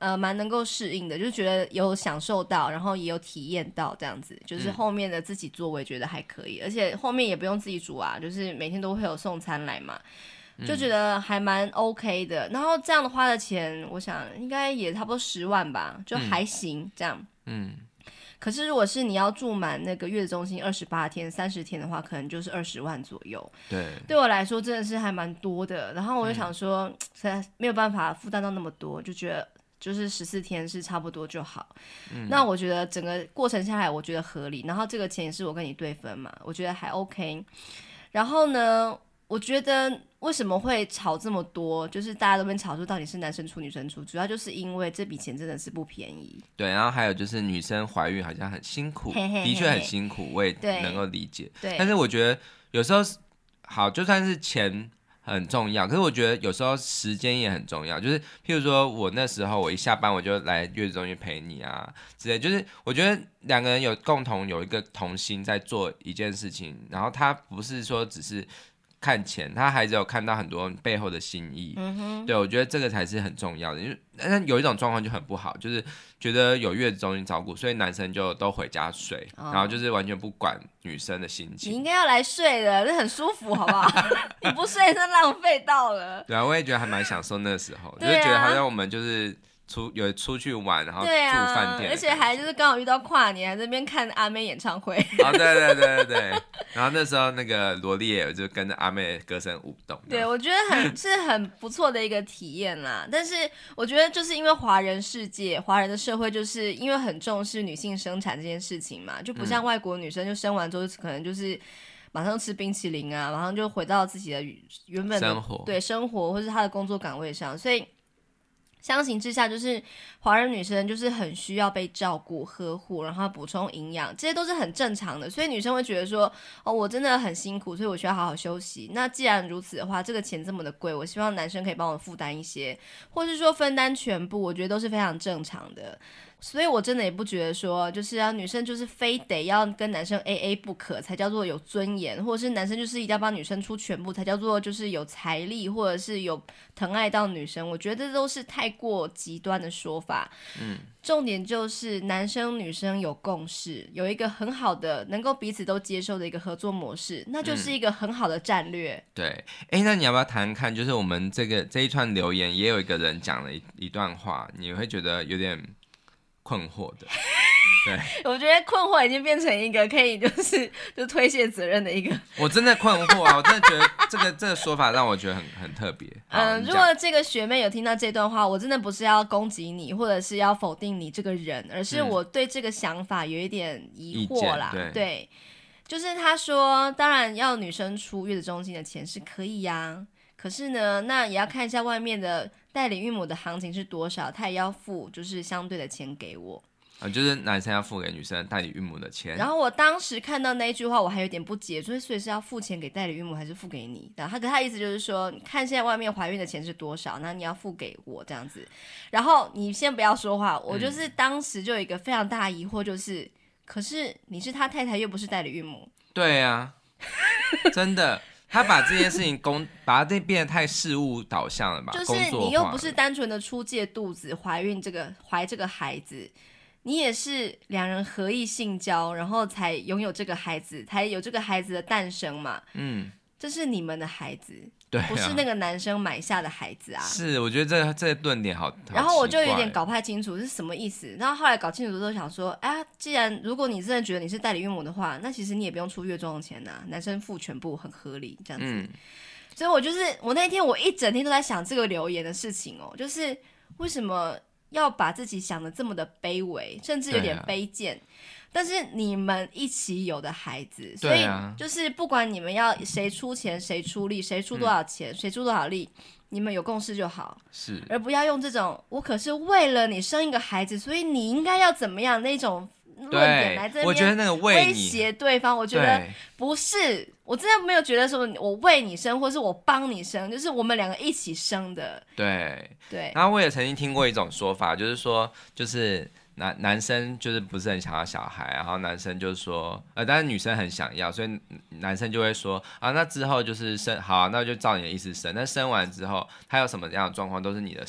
Speaker 1: 呃蛮能够适应的，就是觉得有享受到，然后也有体验到这样子，就是后面的自己做我也觉得还可以，嗯、而且后面也不用自己煮啊，就是每天都会有送餐来嘛。就觉得还蛮 OK 的，然后这样的花的钱，我想应该也差不多十万吧，就还行、嗯、这样。嗯。可是如果是你要住满那个月子中心二十八天、三十天的话，可能就是二十万左右。
Speaker 2: 对。
Speaker 1: 对我来说真的是还蛮多的。然后我就想说，实在、嗯、没有办法负担到那么多，就觉得就是十四天是差不多就好。嗯。那我觉得整个过程下来，我觉得合理。然后这个钱也是我跟你对分嘛，我觉得还 OK。然后呢？我觉得为什么会吵这么多，就是大家都边吵说到底是男生出女生出，主要就是因为这笔钱真的是不便宜。
Speaker 2: 对，然后还有就是女生怀孕好像很辛苦，嘿嘿嘿的确很辛苦，我也能够理解。对，但是我觉得有时候好，就算是钱很重要，可是我觉得有时候时间也很重要。就是譬如说我那时候我一下班我就来月子中心陪你啊之类，就是我觉得两个人有共同有一个同心在做一件事情，然后他不是说只是看钱，他还是有看到很多背后的心意。嗯哼，对，我觉得这个才是很重要的。因为但有一种状况就很不好，就是觉得有月子中心照顾，所以男生就都回家睡，哦、然后就是完全不管女生的心情。
Speaker 1: 你应该要来睡的，这很舒服，好不好？你不睡是浪费到了。
Speaker 2: 对啊，我也觉得还蛮享受那个时候，啊、就是觉得好像我们就是出有出去玩，然后住饭店、啊，
Speaker 1: 而且还就是刚好遇到跨年，在那边看阿妹演唱会。
Speaker 2: 哦，对对对对对。然后那时候那个萝莉也就跟着阿妹的歌声舞动。
Speaker 1: 对，我觉得很是很不错的一个体验啦。但是我觉得就是因为华人世界、华人的社会，就是因为很重视女性生产这件事情嘛，就不像外国女生，就生完之后可能就是马上吃冰淇淋啊，马上就回到自己的原本的
Speaker 2: 生活，
Speaker 1: 对生活或是她的工作岗位上，所以。相形之下，就是华人女生就是很需要被照顾、呵护，然后补充营养，这些都是很正常的。所以女生会觉得说，哦，我真的很辛苦，所以我需要好好休息。那既然如此的话，这个钱这么的贵，我希望男生可以帮我负担一些，或是说分担全部，我觉得都是非常正常的。所以我真的也不觉得说，就是啊，女生就是非得要跟男生 A A 不可，才叫做有尊严，或者是男生就是一定要帮女生出全部，才叫做就是有财力，或者是有疼爱到女生。我觉得这都是太过极端的说法。嗯，重点就是男生女生有共识，有一个很好的能够彼此都接受的一个合作模式，那就是一个很好的战略。
Speaker 2: 嗯、对，哎，那你要不要谈谈看？就是我们这个这一串留言，也有一个人讲了一一段话，你会觉得有点困惑的。对，
Speaker 1: 我觉得困惑已经变成一个可以就是就推卸责任的一个。
Speaker 2: 我真的困惑啊！我真的觉得这个这个说法让我觉得很很特别。
Speaker 1: 嗯，如果这个学妹有听到这段话，我真的不是要攻击你，或者是要否定你这个人，而是我对这个想法有一点疑惑啦。
Speaker 2: 嗯、对,
Speaker 1: 对，就是他说，当然要女生出月子中心的钱是可以呀、啊，可是呢，那也要看一下外面的代理孕母的行情是多少，他也要付就是相对的钱给我。
Speaker 2: 呃、就是男生要付给女生代理孕母的钱。
Speaker 1: 然后我当时看到那一句话，我还有点不解，所以所以是要付钱给代理孕母，还是付给你？然后他跟他意思就是说，你看现在外面怀孕的钱是多少，那你要付给我这样子。然后你先不要说话，我就是当时就有一个非常大的疑惑，就是，嗯、可是你是他太太，又不是代理孕母。
Speaker 2: 对啊，真的。他把这件事情公把它变得太事务导向了吧？
Speaker 1: 就是你又不是单纯的出借肚子怀孕这个怀这个孩子。你也是两人合意性交，然后才拥有这个孩子，才有这个孩子的诞生嘛。嗯，这是你们的孩子，
Speaker 2: 对、啊，
Speaker 1: 不是那个男生买下的孩子啊。
Speaker 2: 是，我觉得这个这个论点好。
Speaker 1: 然后我就有点搞不太清楚是什么意思。然后后来搞清楚之后想说，哎，既然如果你真的觉得你是代理孕母的话，那其实你也不用出月中的钱啊，男生付全部很合理这样子。嗯、所以我就是我那天我一整天都在想这个留言的事情哦，就是为什么要把自己想的这么的卑微，甚至有点卑贱、啊、但是你们一起有的孩子，所以就是不管你们要谁出钱谁出力，谁出多少钱、嗯、谁出多少力，你们有共识就好，
Speaker 2: 是，
Speaker 1: 而不要用这种我可是为了你生一个孩子，所以你应该要怎么样那种论点来这边威胁对方。我觉得不是，我真的没有觉得说我为你生或是我帮你生，就是我们两个一起生的。
Speaker 2: 对
Speaker 1: 对。
Speaker 2: 然后我也曾经听过一种说法，就是说就是男男生就是不是很想要小孩，然后男生就说呃但是女生很想要，所以男生就会说啊那之后就是生好、啊、那就照你的意思生，那生完之后他有什么样的状况都是你的事。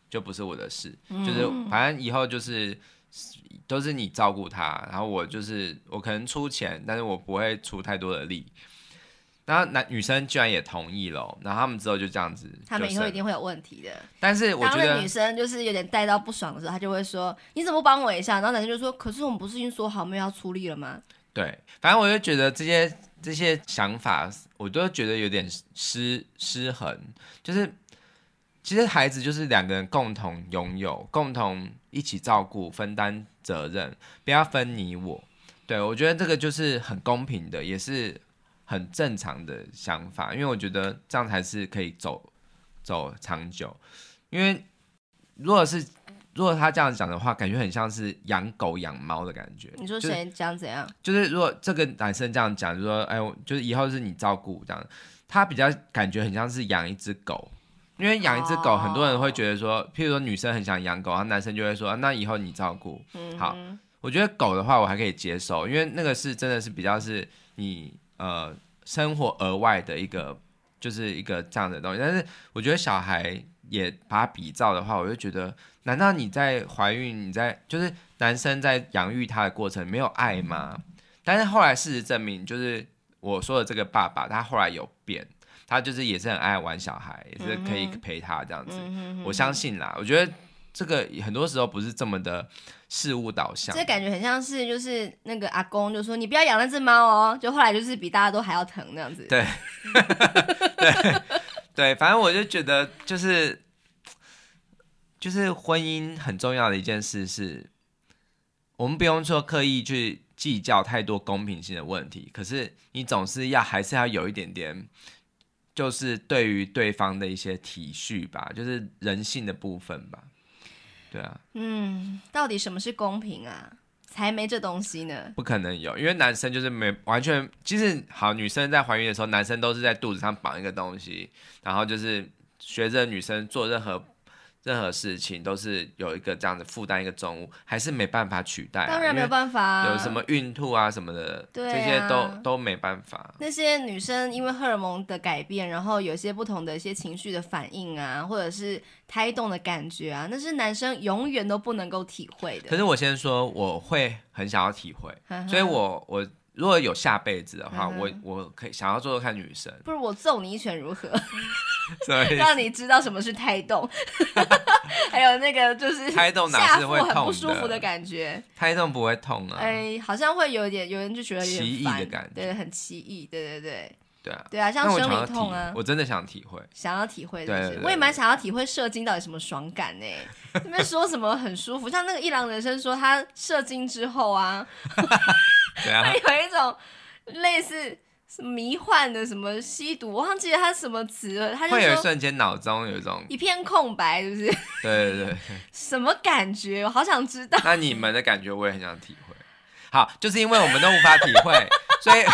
Speaker 2: 就不是我的事，
Speaker 1: 嗯、
Speaker 2: 就是反正以后就是都是你照顾他，然后我就是我可能出钱，但是我不会出太多的力。然后男女生居然也同意了，然后他们之后就这样子，
Speaker 1: 他们以后一定会有问题的。
Speaker 2: 但是我觉得，
Speaker 1: 当那女生就是有点带到不爽的时候，她就会说：“你怎么不帮我一下？”然后男生就说：“可是我们不是已经说好没有要出力了吗？”
Speaker 2: 对，反正我就觉得这些这些想法，我都觉得有点失失衡。就是其实孩子就是两个人共同拥有，共同一起照顾，分担责任，不要分你我。对，我觉得这个就是很公平的，也是很正常的想法，因为我觉得这样才是可以走走长久。因为如果是如果他这样讲的话，感觉很像是养狗养猫的感觉。
Speaker 1: 你说谁讲怎样？
Speaker 2: 就是如果这个男生这样讲，就说哎，就是以后是你照顾这样，他比较感觉很像是养一只狗。因为养一只狗， oh. 很多人会觉得说，譬如说女生很想养狗，然后男生就会说、啊、那以后你照顾。嗯、好，我觉得狗的话我还可以接受，因为那个是真的是比较是你呃生活额外的一个，就是一个这样的东西。但是我觉得小孩也把它比照的话，我就觉得，难道你在怀孕，你在就是男生在养育他的过程没有爱吗？但是后来事实证明，就是我说的这个爸爸，他后来有变。他就是也是很爱玩小孩，也是可以陪他这样子。嗯、我相信啦，我觉得这个很多时候不是这么的事物导向。
Speaker 1: 这感觉很像是就是那个阿公就说你不要养那只猫哦，就后来就是比大家都还要疼那样子。
Speaker 2: 对，对对，反正我就觉得就是就是婚姻很重要的一件事是，我们不用说刻意去计较太多公平性的问题，可是你总是要还是要有一点点。就是对于对方的一些体恤吧，就是人性的部分吧，对啊，
Speaker 1: 嗯，到底什么是公平啊？才没这东西呢，
Speaker 2: 不可能有，因为男生就是没完全，其实好，女生在怀孕的时候，男生都是在肚子上绑一个东西，然后就是学着女生做任何。任何事情都是有一个这样的负担，一个重物，还是没办法取代、啊。
Speaker 1: 当然没有办法、啊，
Speaker 2: 有什么孕吐啊什么的，啊、这些都都没办法。
Speaker 1: 那些女生因为荷尔蒙的改变，然后有一些不同的一些情绪的反应啊，或者是胎动的感觉啊，那是男生永远都不能够体会的。
Speaker 2: 可是我先说，我会很想要体会，所以我我。如果有下辈子的话，嗯、我我可以想要做做看女生。
Speaker 1: 不如我揍你一拳如何？让你知道什么是胎动，还有那个就是
Speaker 2: 胎动哪是会痛的，
Speaker 1: 很不舒服的感觉。
Speaker 2: 胎动不会痛啊，
Speaker 1: 哎，好像会有点，有人就觉得有点
Speaker 2: 奇异的感觉，
Speaker 1: 对，很奇异，对对对。
Speaker 2: 对啊，
Speaker 1: 对啊，像生理痛啊，
Speaker 2: 我真的想体会，
Speaker 1: 想要体会是不是？
Speaker 2: 对对对对，
Speaker 1: 我也蛮想要体会射精到底什么爽感呢？那边说什么很舒服，像那个一郎人生说他射精之后啊，
Speaker 2: 对啊，
Speaker 1: 会有一种类似什么迷幻的什么吸毒，我忘记了他什么词了，他就
Speaker 2: 会有一瞬间脑中有一种
Speaker 1: 一片空白，是不是？
Speaker 2: 对对对，
Speaker 1: 什么感觉？我好想知道。
Speaker 2: 那你们的感觉我也很想体会。好，就是因为我们都无法体会，所以。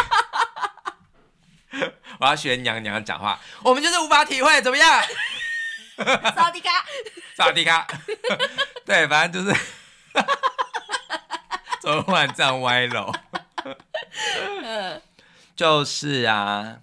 Speaker 2: 我要学娘娘讲话，我们就是无法体会，怎么样？
Speaker 1: 萨迪卡，
Speaker 2: 萨迪卡，对，反正就是，怎么忽然这样歪楼？就是啊，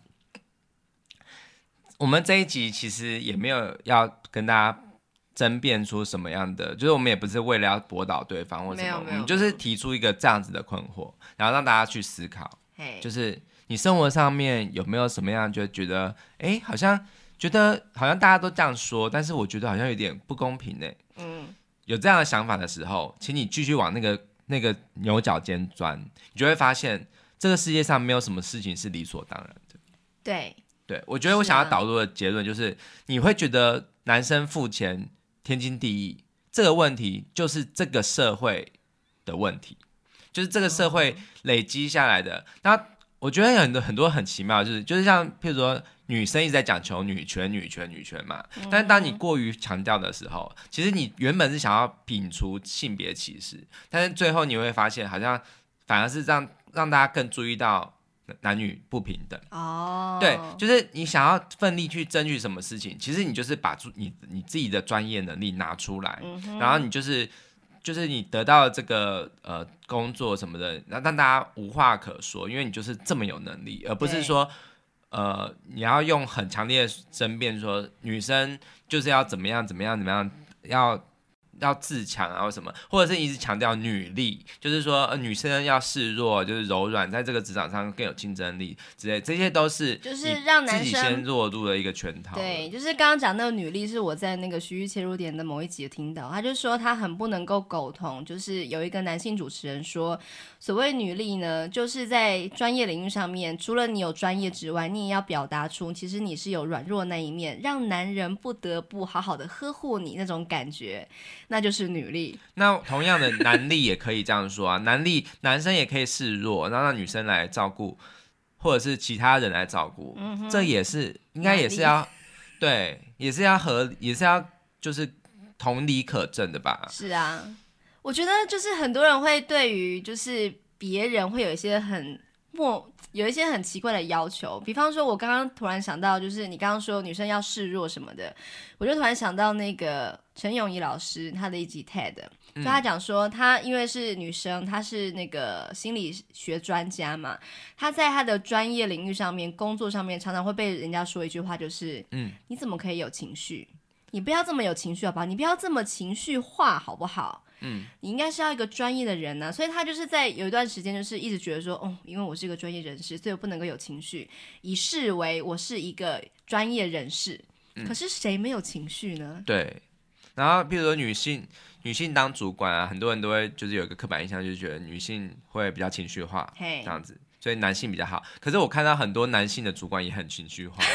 Speaker 2: 我们这一集其实也没有要跟大家争辩出什么样的，就是我们也不是为了要驳倒对方或什么，我们就是提出一个这样子的困惑，然后让大家去思考，就是。你生活上面有没有什么样就觉得，哎，好像觉得好像大家都这样说，但是我觉得好像有点不公平呢。嗯，有这样的想法的时候，请你继续往那个那个牛角尖钻，你就会发现这个世界上没有什么事情是理所当然的。
Speaker 1: 对，
Speaker 2: 对，我觉得我想要导入的结论就是，是啊、你会觉得男生付钱天经地义，这个问题就是这个社会的问题，就是这个社会累积下来的。那我觉得有很多很多很奇妙的，就是就是像譬如说女生一直在讲求女权女权女权嘛，但是当你过于强调的时候，其实你原本是想要摒除性别歧视，但是最后你会发现好像反而是让让大家更注意到男女不平等哦。对，就是你想要奋力去争取什么事情，其实你就是把你你自己的专业能力拿出来，嗯、然后你就是就是你得到了这个呃工作什么的，然后让大家无话可说，因为你就是这么有能力，而不是说呃你要用很强烈的争辩说女生就是要怎么样怎么样怎么样， 要要自强啊，或什么，或者是一直强调女力，就是说、呃、女生要示弱，就是柔软，在这个职场上更有竞争力之类，这些都是
Speaker 1: 就是让男生
Speaker 2: 自己先落入了一个圈套。
Speaker 1: 对，就是刚刚讲那个女力，是我在那个徐玉切入点的某一集听到，他就说他很不能够苟同，就是有一个男性主持人说，所谓女力呢，就是在专业领域上面，除了你有专业之外，你也要表达出其实你是有软弱那一面，让男人不得不好好的呵护你那种感觉，那就是女力。
Speaker 2: 那同样的男力也可以这样说啊，男力男生也可以示弱，然后让女生来照顾，或者是其他人来照顾，嗯、这也是应该也是要对，也是要合，也是要就是同理可证的吧？
Speaker 1: 是啊，我觉得就是很多人会对于就是别人会有一些很莫有一些很奇怪的要求，比方说我刚刚突然想到，就是你刚刚说女生要示弱什么的，我就突然想到那个陈咏仪老师他的一集 T E D， 就他讲说她因为是女生，她是那个心理学专家嘛，她在她的专业领域上面工作上面常常会被人家说一句话，就是嗯，你怎么可以有情绪，你不要这么有情绪好不好，你不要这么情绪化好不好，嗯，你应该是要一个专业的人啊，所以他就是在有一段时间就是一直觉得说，哦，因为我是一个专业人士，所以我不能够有情绪，以视为我是一个专业人士。嗯、可是谁没有情绪呢？
Speaker 2: 对，然后比如说女性，女性当主管啊，很多人都会就是有一个刻板印象，就是觉得女性会比较情绪化， hey. 这样子，所以男性比较好。可是我看到很多男性的主管也很情绪化。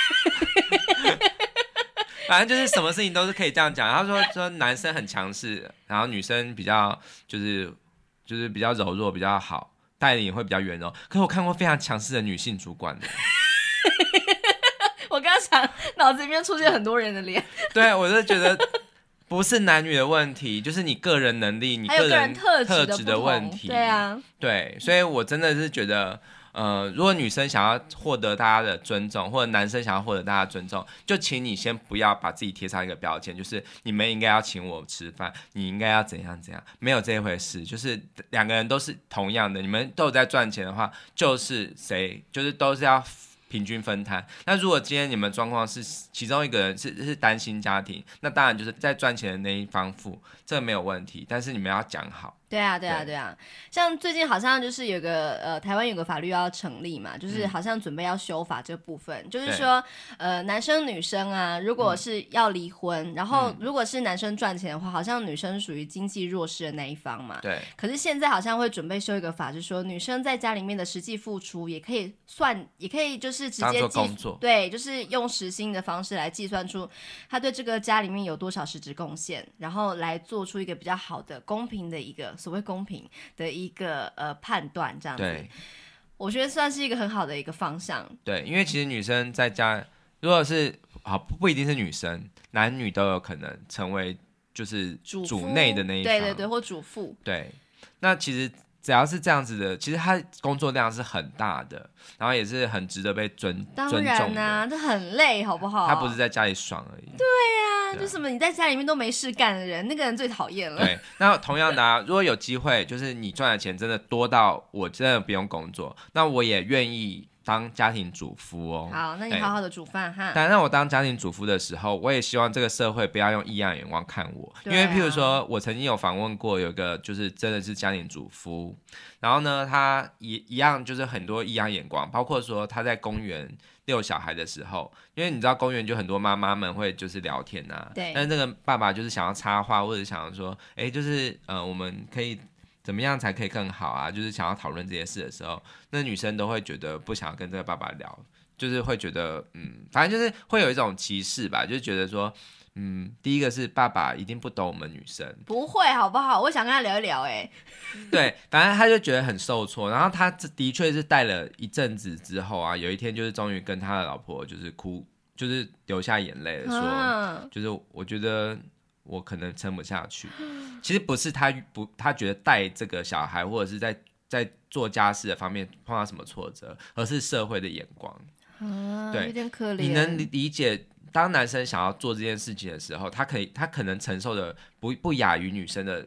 Speaker 2: 反正就是什么事情都是可以这样讲。他说说男生很强势，然后女生比较就是就是比较柔弱，比较好，带领会比较圆柔。可是我看过非常强势的女性主管的。
Speaker 1: 我刚刚想脑子里面出现很多人的脸。
Speaker 2: 对，我就觉得不是男女的问题，就是你个人能力、你个人特质的问题。
Speaker 1: 对啊，
Speaker 2: 对，所以我真的是觉得。呃，如果女生想要获得大家的尊重，或者男生想要获得大家的尊重，就请你先不要把自己贴上一个标签，就是你们应该要请我吃饭，你应该要怎样怎样，没有这一回事。就是两个人都是同样的，你们都有在赚钱的话，就是谁就是都是要平均分摊。那如果今天你们状况是其中一个人 是, 是单亲家庭，那当然就是在赚钱的那一方付，这个没有问题，但是你们要讲好。
Speaker 1: 对啊，对啊，对啊，像最近好像就是有个呃，台湾有个法律要成立嘛，就是好像准备要修法这部分，嗯、就是说呃，男生女生啊，如果是要离婚，嗯、然后如果是男生赚钱的话，好像女生属于经济弱势的那一方嘛。
Speaker 2: 对。
Speaker 1: 可是现在好像会准备修一个法，就是说女生在家里面的实际付出也可以算，也可以就是直接计，对，就是用时薪的方式来计算出他对这个家里面有多少实质贡献，然后来做出一个比较好的、公平的一个。所谓公平的一个呃判断，这样子，对，我觉得算是一个很好的一个方向。
Speaker 2: 对，因为其实女生在家，如果是好不一定是女生，男女都有可能成为就是主内的那一方，
Speaker 1: 对对对，或主妇。
Speaker 2: 对，那其实只要是这样子的，其实他工作量是很大的，然后也是很值得被尊
Speaker 1: 当然啊，这很累，好不好？
Speaker 2: 他不是在家里爽而已。
Speaker 1: 对啊，就什么你在家里面都没事干的人，那个人最讨厌了。
Speaker 2: 对，那同样的啊，如果有机会，就是你赚的钱真的多到我真的不用工作，那我也愿意当家庭主妇哦。
Speaker 1: 好，那你好好的煮饭哈。
Speaker 2: 但让我当家庭主妇的时候，我也希望这个社会不要用异样眼光看我，
Speaker 1: 啊、
Speaker 2: 因为譬如说我曾经有访问过有一个就是真的是家庭主妇，然后呢他也一样就是很多异样眼光，包括说他在公园遛小孩的时候，因为你知道公园就很多妈妈们会就是聊天啊，
Speaker 1: 对，
Speaker 2: 但是那个爸爸就是想要插话，或者想要说哎就是呃我们可以怎么样才可以更好啊，就是想要讨论这些事的时候，那女生都会觉得不想要跟这个爸爸聊，就是会觉得嗯反正就是会有一种歧视吧，就是觉得说嗯，第一个是爸爸一定不懂我们女生，
Speaker 1: 不会好不好？我想跟他聊一聊哎、欸。
Speaker 2: 对，反正他就觉得很受挫，然后他的确是带了一阵子之后啊，有一天就是终于跟他的老婆就是哭，就是流下眼泪了，说、啊、就是我觉得我可能撑不下去。其实不是他不他觉得带这个小孩或者是在在做家事的方面碰到什么挫折，而是社会的眼光。
Speaker 1: 啊，
Speaker 2: 对，
Speaker 1: 有点可怜。
Speaker 2: 你能理解？当男生想要做这件事情的时候，他可以，他可能承受的不不亚于女生的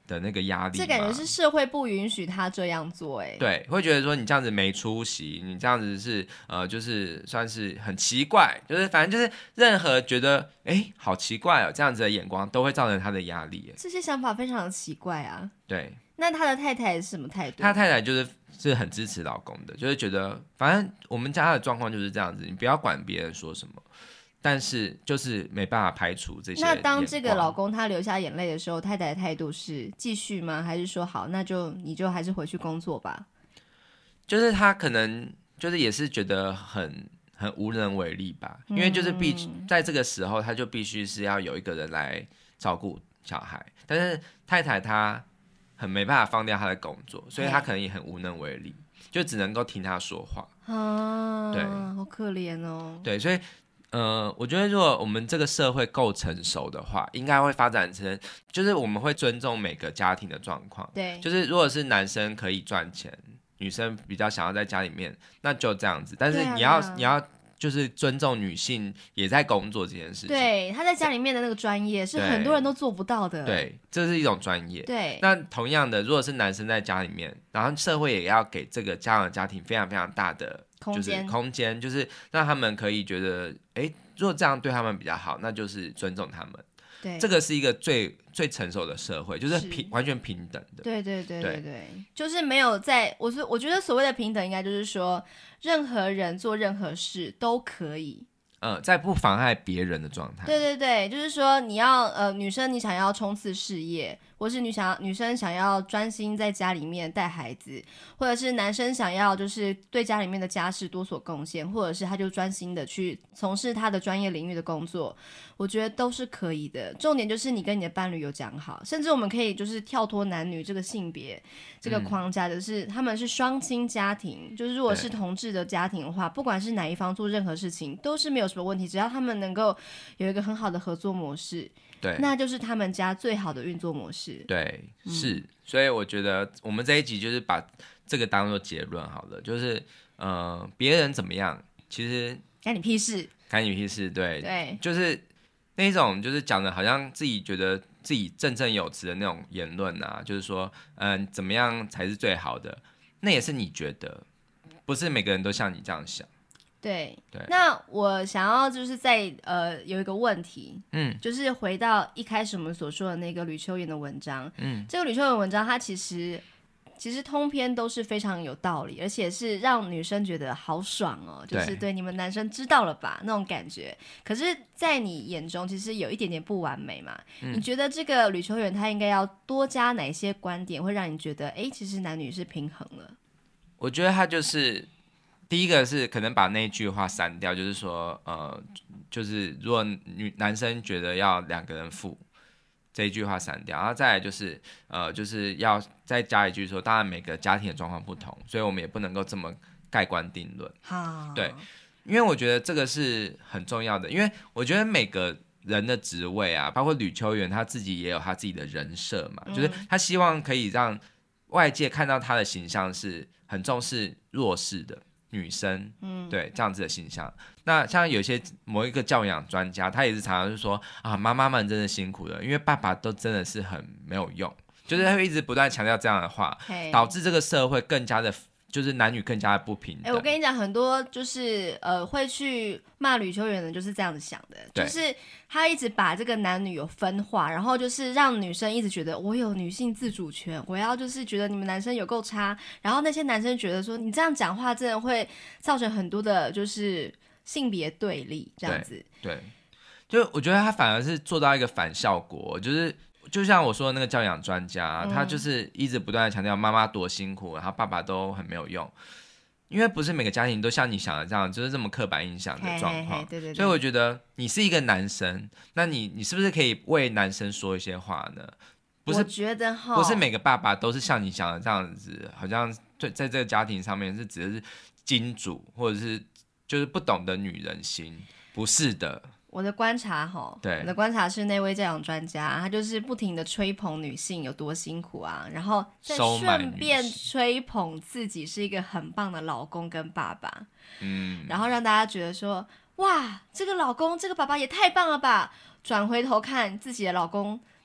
Speaker 2: 的那个压力嘛，
Speaker 1: 这感觉是社会不允许他这样做。哎，
Speaker 2: 对，会觉得说你这样子没出息，你这样子是呃，就是算是很奇怪，就是反正就是任何觉得哎好奇怪哦这样子的眼光，都会造成他的压力。
Speaker 1: 这些想法非常的奇怪啊。
Speaker 2: 对，
Speaker 1: 那他的太太是什么态度？
Speaker 2: 他太太就是是很支持老公的，就是觉得反正我们家的状况就是这样子，你不要管别人说什么。但是就是没办法排除这些。
Speaker 1: 那当这个老公他流下眼泪的时候，太太的态度是继续吗？还是说好，那就你就还是回去工作吧？
Speaker 2: 就是他可能就是也是觉得很很无能为力吧，因为就是必在这个时候，他就必须是要有一个人来照顾小孩，但是太太她很没办法放掉她的工作，所以她可能也很无能为力，就只能够听他说话。
Speaker 1: 啊，
Speaker 2: 对，
Speaker 1: 好可怜哦。
Speaker 2: 对，所以。呃，我觉得如果我们这个社会够成熟的话，应该会发展成，就是我们会尊重每个家庭的状况。
Speaker 1: 对，
Speaker 2: 就是如果是男生可以赚钱，女生比较想要在家里面，那就这样子。但是你要、啊、你要就是尊重女性也在工作这件事情。
Speaker 1: 对，她在家里面的那个专业是很多人都做不到的。
Speaker 2: 对，这是一种专业。
Speaker 1: 对，
Speaker 2: 那同样的，如果是男生在家里面，然后社会也要给这个家长的家庭非常非常大的。就是空间，就是让他们可以觉得，哎，如果这样对他们比较好，那就是尊重他们。
Speaker 1: 对，
Speaker 2: 这个是一个最最成熟的社会，就是平完全平等的。
Speaker 1: 对对对对 对, 对，就是没有在，我是我觉得所谓的平等，应该就是说，任何人做任何事都可以。
Speaker 2: 呃，在不妨碍别人的状态。
Speaker 1: 对对对，就是说你要呃，女生你想要冲刺事业，或是女想女生想要专心在家里面带孩子，或者是男生想要就是对家里面的家事多所贡献，或者是他就专心的去从事他的专业领域的工作，我觉得都是可以的。重点就是你跟你的伴侣有讲好，甚至我们可以就是跳脱男女这个性别这个框架，就是他们是双亲家庭，就是如果是同志的家庭的话，不管是哪一方做任何事情都是没有什么问题，只要他们能够有一个很好的合作模式，
Speaker 2: 对，
Speaker 1: 那就是他们家最好的运作模式。
Speaker 2: 对，是、嗯，所以我觉得我们这一集就是把这个当做结论好了，就是呃，别人怎么样，其实
Speaker 1: 干你屁事，
Speaker 2: 干你屁事，对
Speaker 1: 对，
Speaker 2: 就是那种就是讲的好像自己觉得自己振振有词的那种言论啊，就是说，嗯、呃，怎么样才是最好的，那也是你觉得，不是每个人都像你这样想。
Speaker 1: 对，
Speaker 2: 对，
Speaker 1: 那我想要就是在呃有一个问题，
Speaker 2: 嗯，
Speaker 1: 就是回到一开始我们所说的那个吕秋妍的文章，
Speaker 2: 嗯，
Speaker 1: 这个吕秋妍文章它其实其实通篇都是非常有道理，而且是让女生觉得好爽哦，就是对你们男生知道了吧那种感觉。可是，在你眼中，其实有一点点不完美嘛？嗯、你觉得这个吕秋妍她应该要多加哪些观点，会让你觉得，哎，其实男女是平衡了？
Speaker 2: 我觉得他就是。第一个是可能把那句话删掉，就是说，呃，就是如果女男生觉得要两个人付这一句话删掉，然后再来就是，呃，就是要再加一句说，当然每个家庭的状况不同，所以我们也不能够这么盖棺定论。
Speaker 1: 好，
Speaker 2: 对，因为我觉得这个是很重要的，因为我觉得每个人的职位啊，包括吕秋妍他自己也有他自己的人设嘛，嗯、就是他希望可以让外界看到他的形象是很重视弱势的。女生，嗯，对，这样子的形象。那像有些某一个教养专家，他也是常常就说啊，妈妈们真的辛苦了，因为爸爸都真的是很没有用，就是他会一直不断强调这样的话，导致这个社会更加的，就是男女更加的不平等。
Speaker 1: 哎、欸，我跟你讲，很多就是呃会去骂吕秋妍的，就是这样子想的，就是他一直把这个男女有分化，然后就是让女生一直觉得我有女性自主权，我要就是觉得你们男生有够差，然后那些男生觉得说你这样讲话真的会造成很多的就是性别对立这样子。
Speaker 2: 对，对，就我觉得他反而是做到一个反效果，就是就像我说的那个教养专家，嗯、他就是一直不断的强调妈妈多辛苦，然后爸爸都很没有用。因为不是每个家庭都像你想的这样，就是这么刻板印象的状况，
Speaker 1: 对对对。
Speaker 2: 所以我觉得你是一个男生，那你你是不是可以为男生说一些话呢？不是，
Speaker 1: 我觉得
Speaker 2: 不是每个爸爸都是像你想的这样子，好像在在这个家庭上面是只是金主，或者是就是不懂得女人心，不是的。
Speaker 1: 我的观察齁，对，我的观察是那位教养专家，他就是不停的吹捧女性有多辛苦啊，然后再顺便吹捧自己是一个很棒的老公跟爸爸，嗯，然后让大家觉得说，哇，这个老公这个爸爸也太棒了吧，转回头看自己的老公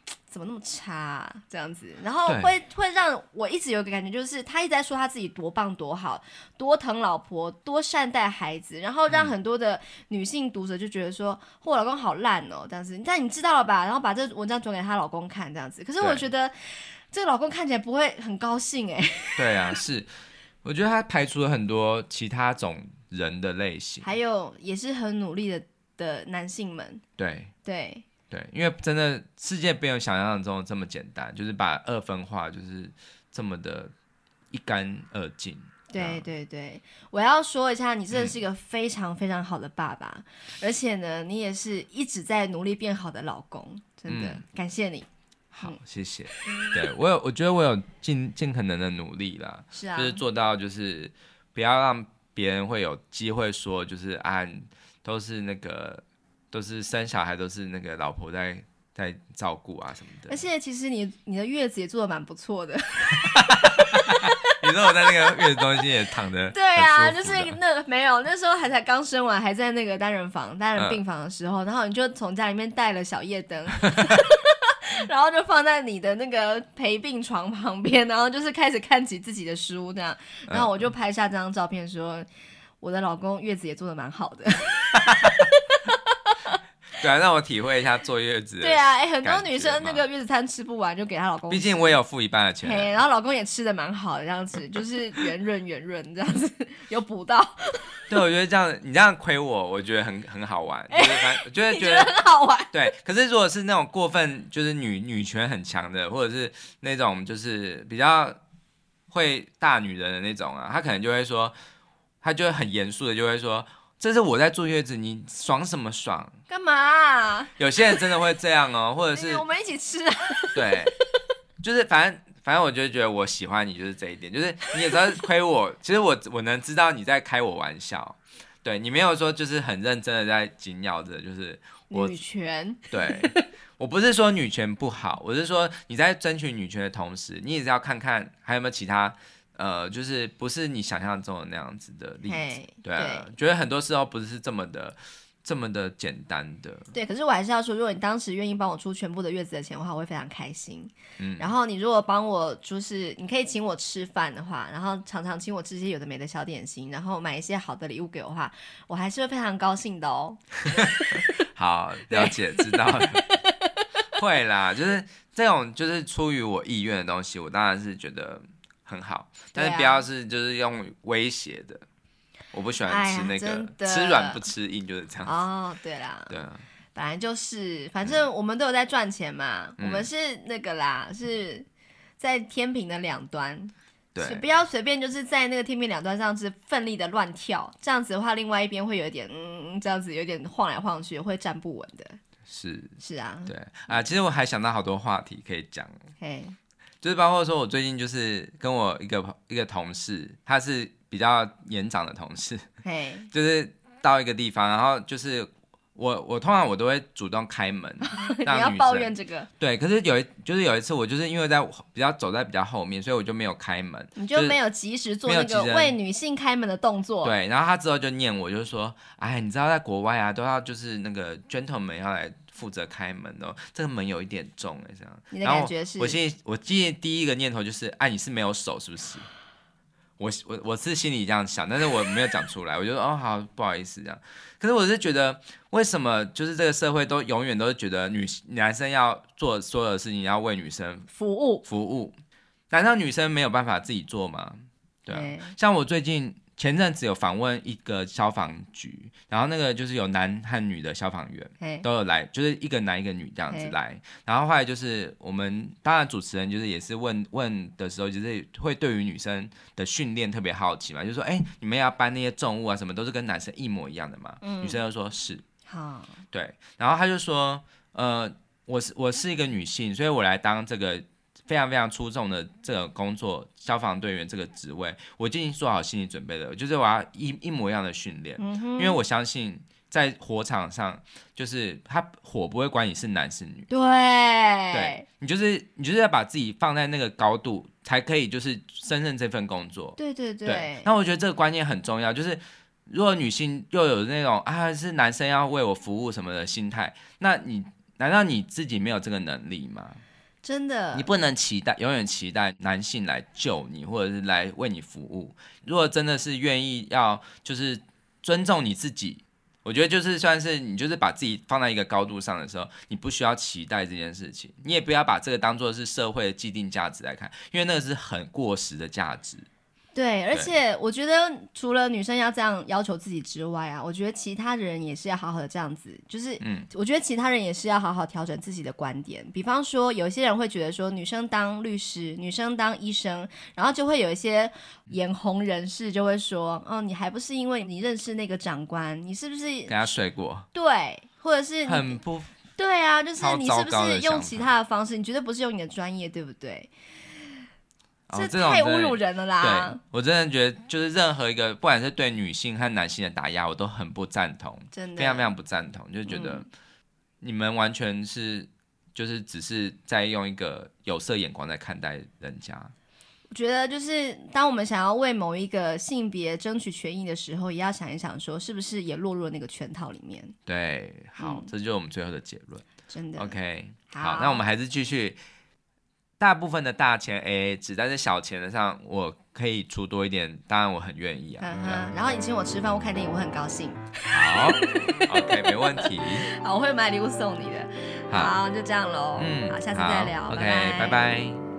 Speaker 1: 怎么那么差、啊、这样子，然后会会让我一直有个感觉，就是他一直在说他自己多棒多好，多疼老婆，多善待孩子，然后让很多的女性读者就觉得说，嗯、我老公好烂哦，这样子，但你知道了吧？然后把这文章转给她老公看，这样子。可是我觉得这个老公看起来不会很高兴哎。
Speaker 2: 对啊，是，我觉得他排除了很多其他种人的类型，
Speaker 1: 还有也是很努力的的男性们。
Speaker 2: 对
Speaker 1: 对。
Speaker 2: 对，因为真的世界没有想象中这么简单，就是把二分化就是这么的一干二净。
Speaker 1: 对对对，我要说一下，你真的是一个非常非常好的爸爸，嗯、而且呢，你也是一直在努力变好的老公，真的、嗯、感谢你。
Speaker 2: 好，谢谢。对我有，我觉得我有尽尽可能的努力啦，
Speaker 1: 是啊，
Speaker 2: 就是做到就是不要让别人会有机会说，就是啊，都是那个。都是生小孩都是那个老婆在在照顾啊什么的，
Speaker 1: 而且其实你你的月子也做得蛮不错的。
Speaker 2: 你说我在那个月子中心也躺着，
Speaker 1: 对啊，就是那没有那时候还才刚生完，还在那个单人房单人病房的时候，嗯、然后你就从家里面带了小夜灯。然后就放在你的那个陪病床旁边，然后就是开始看起自己的书这样，然后我就拍下这张照片说，嗯、我的老公月子也做得蛮好的。
Speaker 2: 对啊，让我体会一下坐月子的。
Speaker 1: 对啊，哎，很多女生那个月子餐吃不完，就给她老公吃。
Speaker 2: 毕竟我也有付一半的钱。
Speaker 1: 嘿，然后老公也吃的蛮好的，这样子就是圆润圆润这样子，有补到。
Speaker 2: 对，我觉得这样你这样亏我，我觉得很很好玩，就是反我觉得
Speaker 1: 觉得很好玩。
Speaker 2: 对，可是如果是那种过分就是女女权很强的，或者是那种就是比较会大女人的那种啊，她可能就会说，她就会很严肃的就会说。这是我在坐月子，你爽什么爽？
Speaker 1: 干嘛、啊？
Speaker 2: 有些人真的会这样哦，或者是、
Speaker 1: 欸、我们一起吃啊。
Speaker 2: 对，就是反正反正我就觉得我喜欢你就是这一点，就是你有时候亏我，其实我我能知道你在开我玩笑，对你没有说就是很认真的在紧咬着，就是我
Speaker 1: 女权。
Speaker 2: 对，我不是说女权不好，我是说你在争取女权的同时，你也是要看看还有没有其他。呃，就是不是你想象中的那样子的例子， hey, 对啊，对，觉得很多时候不是这么的这么的简单的。
Speaker 1: 对，可是我还是要说，如果你当时愿意帮我出全部的月子的钱的话，我会非常开心。嗯，然后你如果帮我，就是你可以请我吃饭的话，然后常常请我吃一些有的没的小点心，然后买一些好的礼物给我的话，我还是会非常高兴的哦。
Speaker 2: 好，了解，知道了。会啦，就是这种就是出于我意愿的东西，我当然是觉得。很好，但是不要是就是用威胁的，啊、我不喜欢吃那个、哎、吃软不吃硬，就是这样子。
Speaker 1: 哦，对啦，
Speaker 2: 对啊，
Speaker 1: 本来就是，反正我们都有在赚钱嘛，嗯、我们是那个啦，是在天平的两端，对，不要随便就是在那个天平两端上是奋力的乱跳，这样子的话，另外一边会有一点嗯，这样子有点晃来晃去，会站不稳的。
Speaker 2: 是
Speaker 1: 是啊，
Speaker 2: 对啊，其实我还想到好多话题可以讲。
Speaker 1: 嘿。
Speaker 2: 就是包括说，我最近就是跟我一个一个同事，他是比较年长的同事，
Speaker 1: hey.
Speaker 2: 就是到一个地方，然后就是我我通常我都会主动开门，
Speaker 1: 你要抱怨这个？
Speaker 2: 对，可是有一就是有一次我就是因为在比较走在比较后面，所以我就没有开门，
Speaker 1: 你就没有及时做那个为女性开门的动作。
Speaker 2: 对，然后他之后就念我，就是说，哎，你知道在国外啊，都要就是那个 gentleman 要来。负责开门哦，这个门有一点重哎，这样。
Speaker 1: 你的感觉是？
Speaker 2: 我心里，我记得第一个念头就是，哎，你是没有手是不是？我我我是心里这样想，但是我没有讲出来，我就说哦好，不好意思这样。可是我是觉得，为什么就是这个社会都永远都是觉得女男生要做所有的事情要为女生
Speaker 1: 服务
Speaker 2: 服务，难道女生没有办法自己做吗？对啊，欸、像我最近。前阵子有访问一个消防局，然后那个就是有男和女的消防员都有来，就是一个男一个女这样子来，然后后来就是我们当然主持人就是也是问问的时候，就是会对于女生的训练特别好奇嘛，就是说哎、欸、你们要搬那些重物啊什么都是跟男生一模一样的嘛，嗯、女生就说是，好，对，然后他就说呃我是我是一个女性，所以我来当这个。非常非常出众的这个工作，消防队员这个职位，我已经做好心理准备了，就是我要一一模一样的训练、嗯，因为我相信在火场上，就是他火不会管你是男是女，
Speaker 1: 对，
Speaker 2: 对你就是你就是要把自己放在那个高度，才可以就是胜任这份工作，
Speaker 1: 对对 对,
Speaker 2: 对。那我觉得这个观念很重要，就是如果女性又有那种啊是男生要为我服务什么的心态，那你。 难道你自己没有这个能力吗？
Speaker 1: 真的，
Speaker 2: 你不能期待永远期待男性来救你，或者是来为你服务。如果真的是愿意要就是尊重你自己，我觉得就是算是你就是把自己放在一个高度上的时候，你不需要期待这件事情，你也不要把这个当作是社会的既定价值来看，因为那个是很过时的价值。
Speaker 1: 对，而且我觉得除了女生要这样要求自己之外啊，我觉得其他人也是要好好的这样子，就是我觉得其他人也是要好好调整自己的观点。比方说有些人会觉得说女生当律师，女生当医生，然后就会有一些眼红人士就会说，哦，你还不是因为你认识那个长官，你是不是
Speaker 2: 跟他睡过？
Speaker 1: 对，或者是
Speaker 2: 很不
Speaker 1: 对啊，就是你是不是用其他
Speaker 2: 的
Speaker 1: 的方式，你绝对不是用你的专业，对不对？
Speaker 2: 哦、
Speaker 1: 这太侮辱人了啦！
Speaker 2: 对，我真的觉得，就是任何一个，不管是对女性和男性的打压，我都很不赞同，
Speaker 1: 真的
Speaker 2: 非常非常不赞同。就觉得你们完全是，就是只是在用一个有色眼光在看待人家。
Speaker 1: 我觉得，就是当我们想要为某一个性别争取权益的时候，也要想一想，说是不是也落入了那个圈套里面。
Speaker 2: 对，好，嗯、这就是我们最后的结论。
Speaker 1: 真的
Speaker 2: ，OK，
Speaker 1: 好，
Speaker 2: 好，那我们还是继续。大部分的大钱 A A 制，但是小钱的上我可以出多一点，当然我很愿意啊。
Speaker 1: 嗯哼，然后你请我吃饭或看电影，我很高兴。
Speaker 2: 好，OK， 没问题。
Speaker 1: 好，我会买礼物送你的。好，就这样喽。嗯，好，下次再聊。
Speaker 2: OK，
Speaker 1: 拜拜。
Speaker 2: 拜拜。